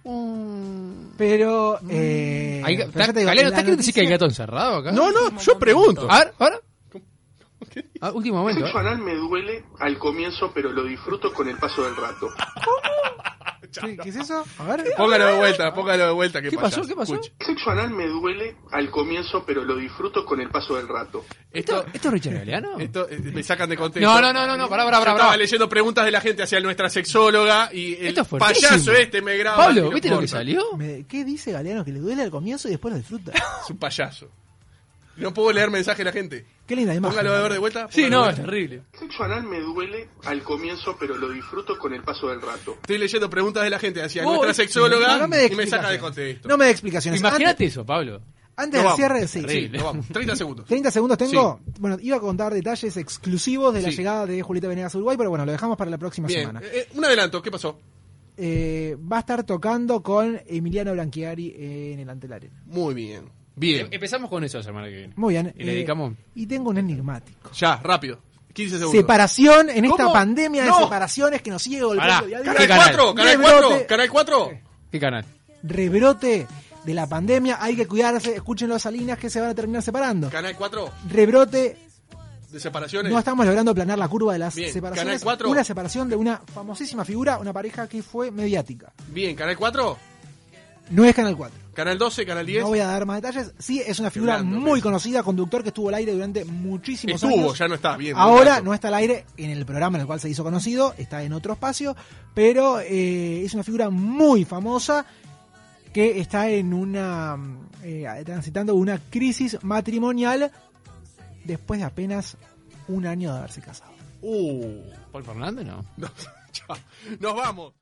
[SPEAKER 7] Pero.
[SPEAKER 5] Hay,
[SPEAKER 7] pero ya te digo,
[SPEAKER 5] Galeano,
[SPEAKER 7] la
[SPEAKER 5] ¿estás queriendo decir que hay
[SPEAKER 7] noticia-
[SPEAKER 5] gato encerrado acá?
[SPEAKER 4] No, yo pregunto.
[SPEAKER 5] A ver, ahora. Último momento.
[SPEAKER 9] Sexo anal me duele al comienzo, pero lo disfruto con el paso del rato.
[SPEAKER 7] ¿Qué es eso? A ver.
[SPEAKER 4] Póngalo de vuelta.
[SPEAKER 5] ¿Qué pasó? ¿Qué pasó?
[SPEAKER 4] Escuche.
[SPEAKER 9] Sexo anal me duele al comienzo, pero lo disfruto con el paso del rato.
[SPEAKER 5] ¿Esto es Richard Galeano?
[SPEAKER 4] Me sacan de contexto.
[SPEAKER 5] No, pará.
[SPEAKER 4] Yo estaba leyendo preguntas de la gente hacia nuestra sexóloga y el
[SPEAKER 5] Esto es fuertísimo.
[SPEAKER 4] payaso me graba. y
[SPEAKER 5] Pablo,
[SPEAKER 4] no
[SPEAKER 5] ¿viste lo que
[SPEAKER 4] corta.
[SPEAKER 5] salió?
[SPEAKER 7] ¿Qué dice Galeano? Que le duele al comienzo y después lo disfruta.
[SPEAKER 4] Es un payaso. No puedo leer mensajes de la gente.
[SPEAKER 7] Qué linda imagen.
[SPEAKER 4] Póngalo de ver de vuelta.
[SPEAKER 5] Sí,
[SPEAKER 4] póngalo
[SPEAKER 5] no,
[SPEAKER 4] de
[SPEAKER 5] es
[SPEAKER 4] vuelta.
[SPEAKER 5] terrible.
[SPEAKER 9] Sexo anal me duele al comienzo, pero lo disfruto con el paso del rato.
[SPEAKER 4] Estoy leyendo preguntas de la gente hacia
[SPEAKER 5] Oh,
[SPEAKER 4] nuestra sexóloga
[SPEAKER 7] No me dé
[SPEAKER 4] y me saca de
[SPEAKER 7] explicaciones.
[SPEAKER 4] contexto.
[SPEAKER 7] No me dé explicaciones.
[SPEAKER 5] Imagínate eso, Pablo.
[SPEAKER 7] Antes
[SPEAKER 4] No
[SPEAKER 7] del
[SPEAKER 4] vamos.
[SPEAKER 7] cierre, sí.
[SPEAKER 5] Terrible.
[SPEAKER 4] Nos vamos. 30 segundos.
[SPEAKER 7] 30 segundos tengo. Bueno, iba a contar detalles exclusivos de la
[SPEAKER 4] Sí.
[SPEAKER 7] llegada de Julieta Venegas a Uruguay, pero bueno, lo dejamos para la próxima
[SPEAKER 4] Bien.
[SPEAKER 7] semana.
[SPEAKER 4] Un adelanto, ¿qué pasó?
[SPEAKER 7] Va a estar tocando con Emiliano Blanchiari en el Ante la Arena.
[SPEAKER 4] Muy bien. Bien.
[SPEAKER 5] Empezamos con eso la semana que viene.
[SPEAKER 7] Muy bien.
[SPEAKER 5] Y le dedicamos.
[SPEAKER 7] Y tengo un enigmático.
[SPEAKER 4] Ya, rápido. 15 segundos.
[SPEAKER 7] Separación en esta
[SPEAKER 4] ¿Cómo?
[SPEAKER 7] pandemia de
[SPEAKER 4] No.
[SPEAKER 7] separaciones que nos sigue golpeando
[SPEAKER 5] Pará.
[SPEAKER 7] día a día.
[SPEAKER 4] Canal
[SPEAKER 5] ¿Qué canal?
[SPEAKER 4] 4, Canal
[SPEAKER 7] Rebrote.
[SPEAKER 4] 4, Canal 4.
[SPEAKER 5] ¿Qué canal?
[SPEAKER 7] Rebrote de la pandemia. Hay que cuidarse. Escúchenlo a esas líneas que se van a terminar separando.
[SPEAKER 4] Canal 4
[SPEAKER 7] Rebrote.
[SPEAKER 4] de separaciones.
[SPEAKER 7] No estamos logrando planear la curva de las
[SPEAKER 4] Bien.
[SPEAKER 7] separaciones.
[SPEAKER 4] Canal 4.
[SPEAKER 7] Una separación de una famosísima figura, una pareja que fue mediática.
[SPEAKER 4] Bien, Canal 4,
[SPEAKER 7] No es Canal 4.
[SPEAKER 4] Canal 12, Canal 10.
[SPEAKER 7] No voy a dar más detalles. Sí, es una figura
[SPEAKER 4] Blando,
[SPEAKER 7] muy
[SPEAKER 4] pues.
[SPEAKER 7] conocida, conductor que estuvo al aire durante muchísimos
[SPEAKER 4] Estuvo,
[SPEAKER 7] años.
[SPEAKER 4] ya no está bien.
[SPEAKER 7] Ahora
[SPEAKER 4] Blando.
[SPEAKER 7] no está al aire en el programa en el cual se hizo conocido, está en otro espacio, pero es una figura muy famosa que está en una transitando una crisis matrimonial después de apenas un año de haberse casado.
[SPEAKER 5] ¿Paul Fernández no?
[SPEAKER 4] No, chao. Nos vamos.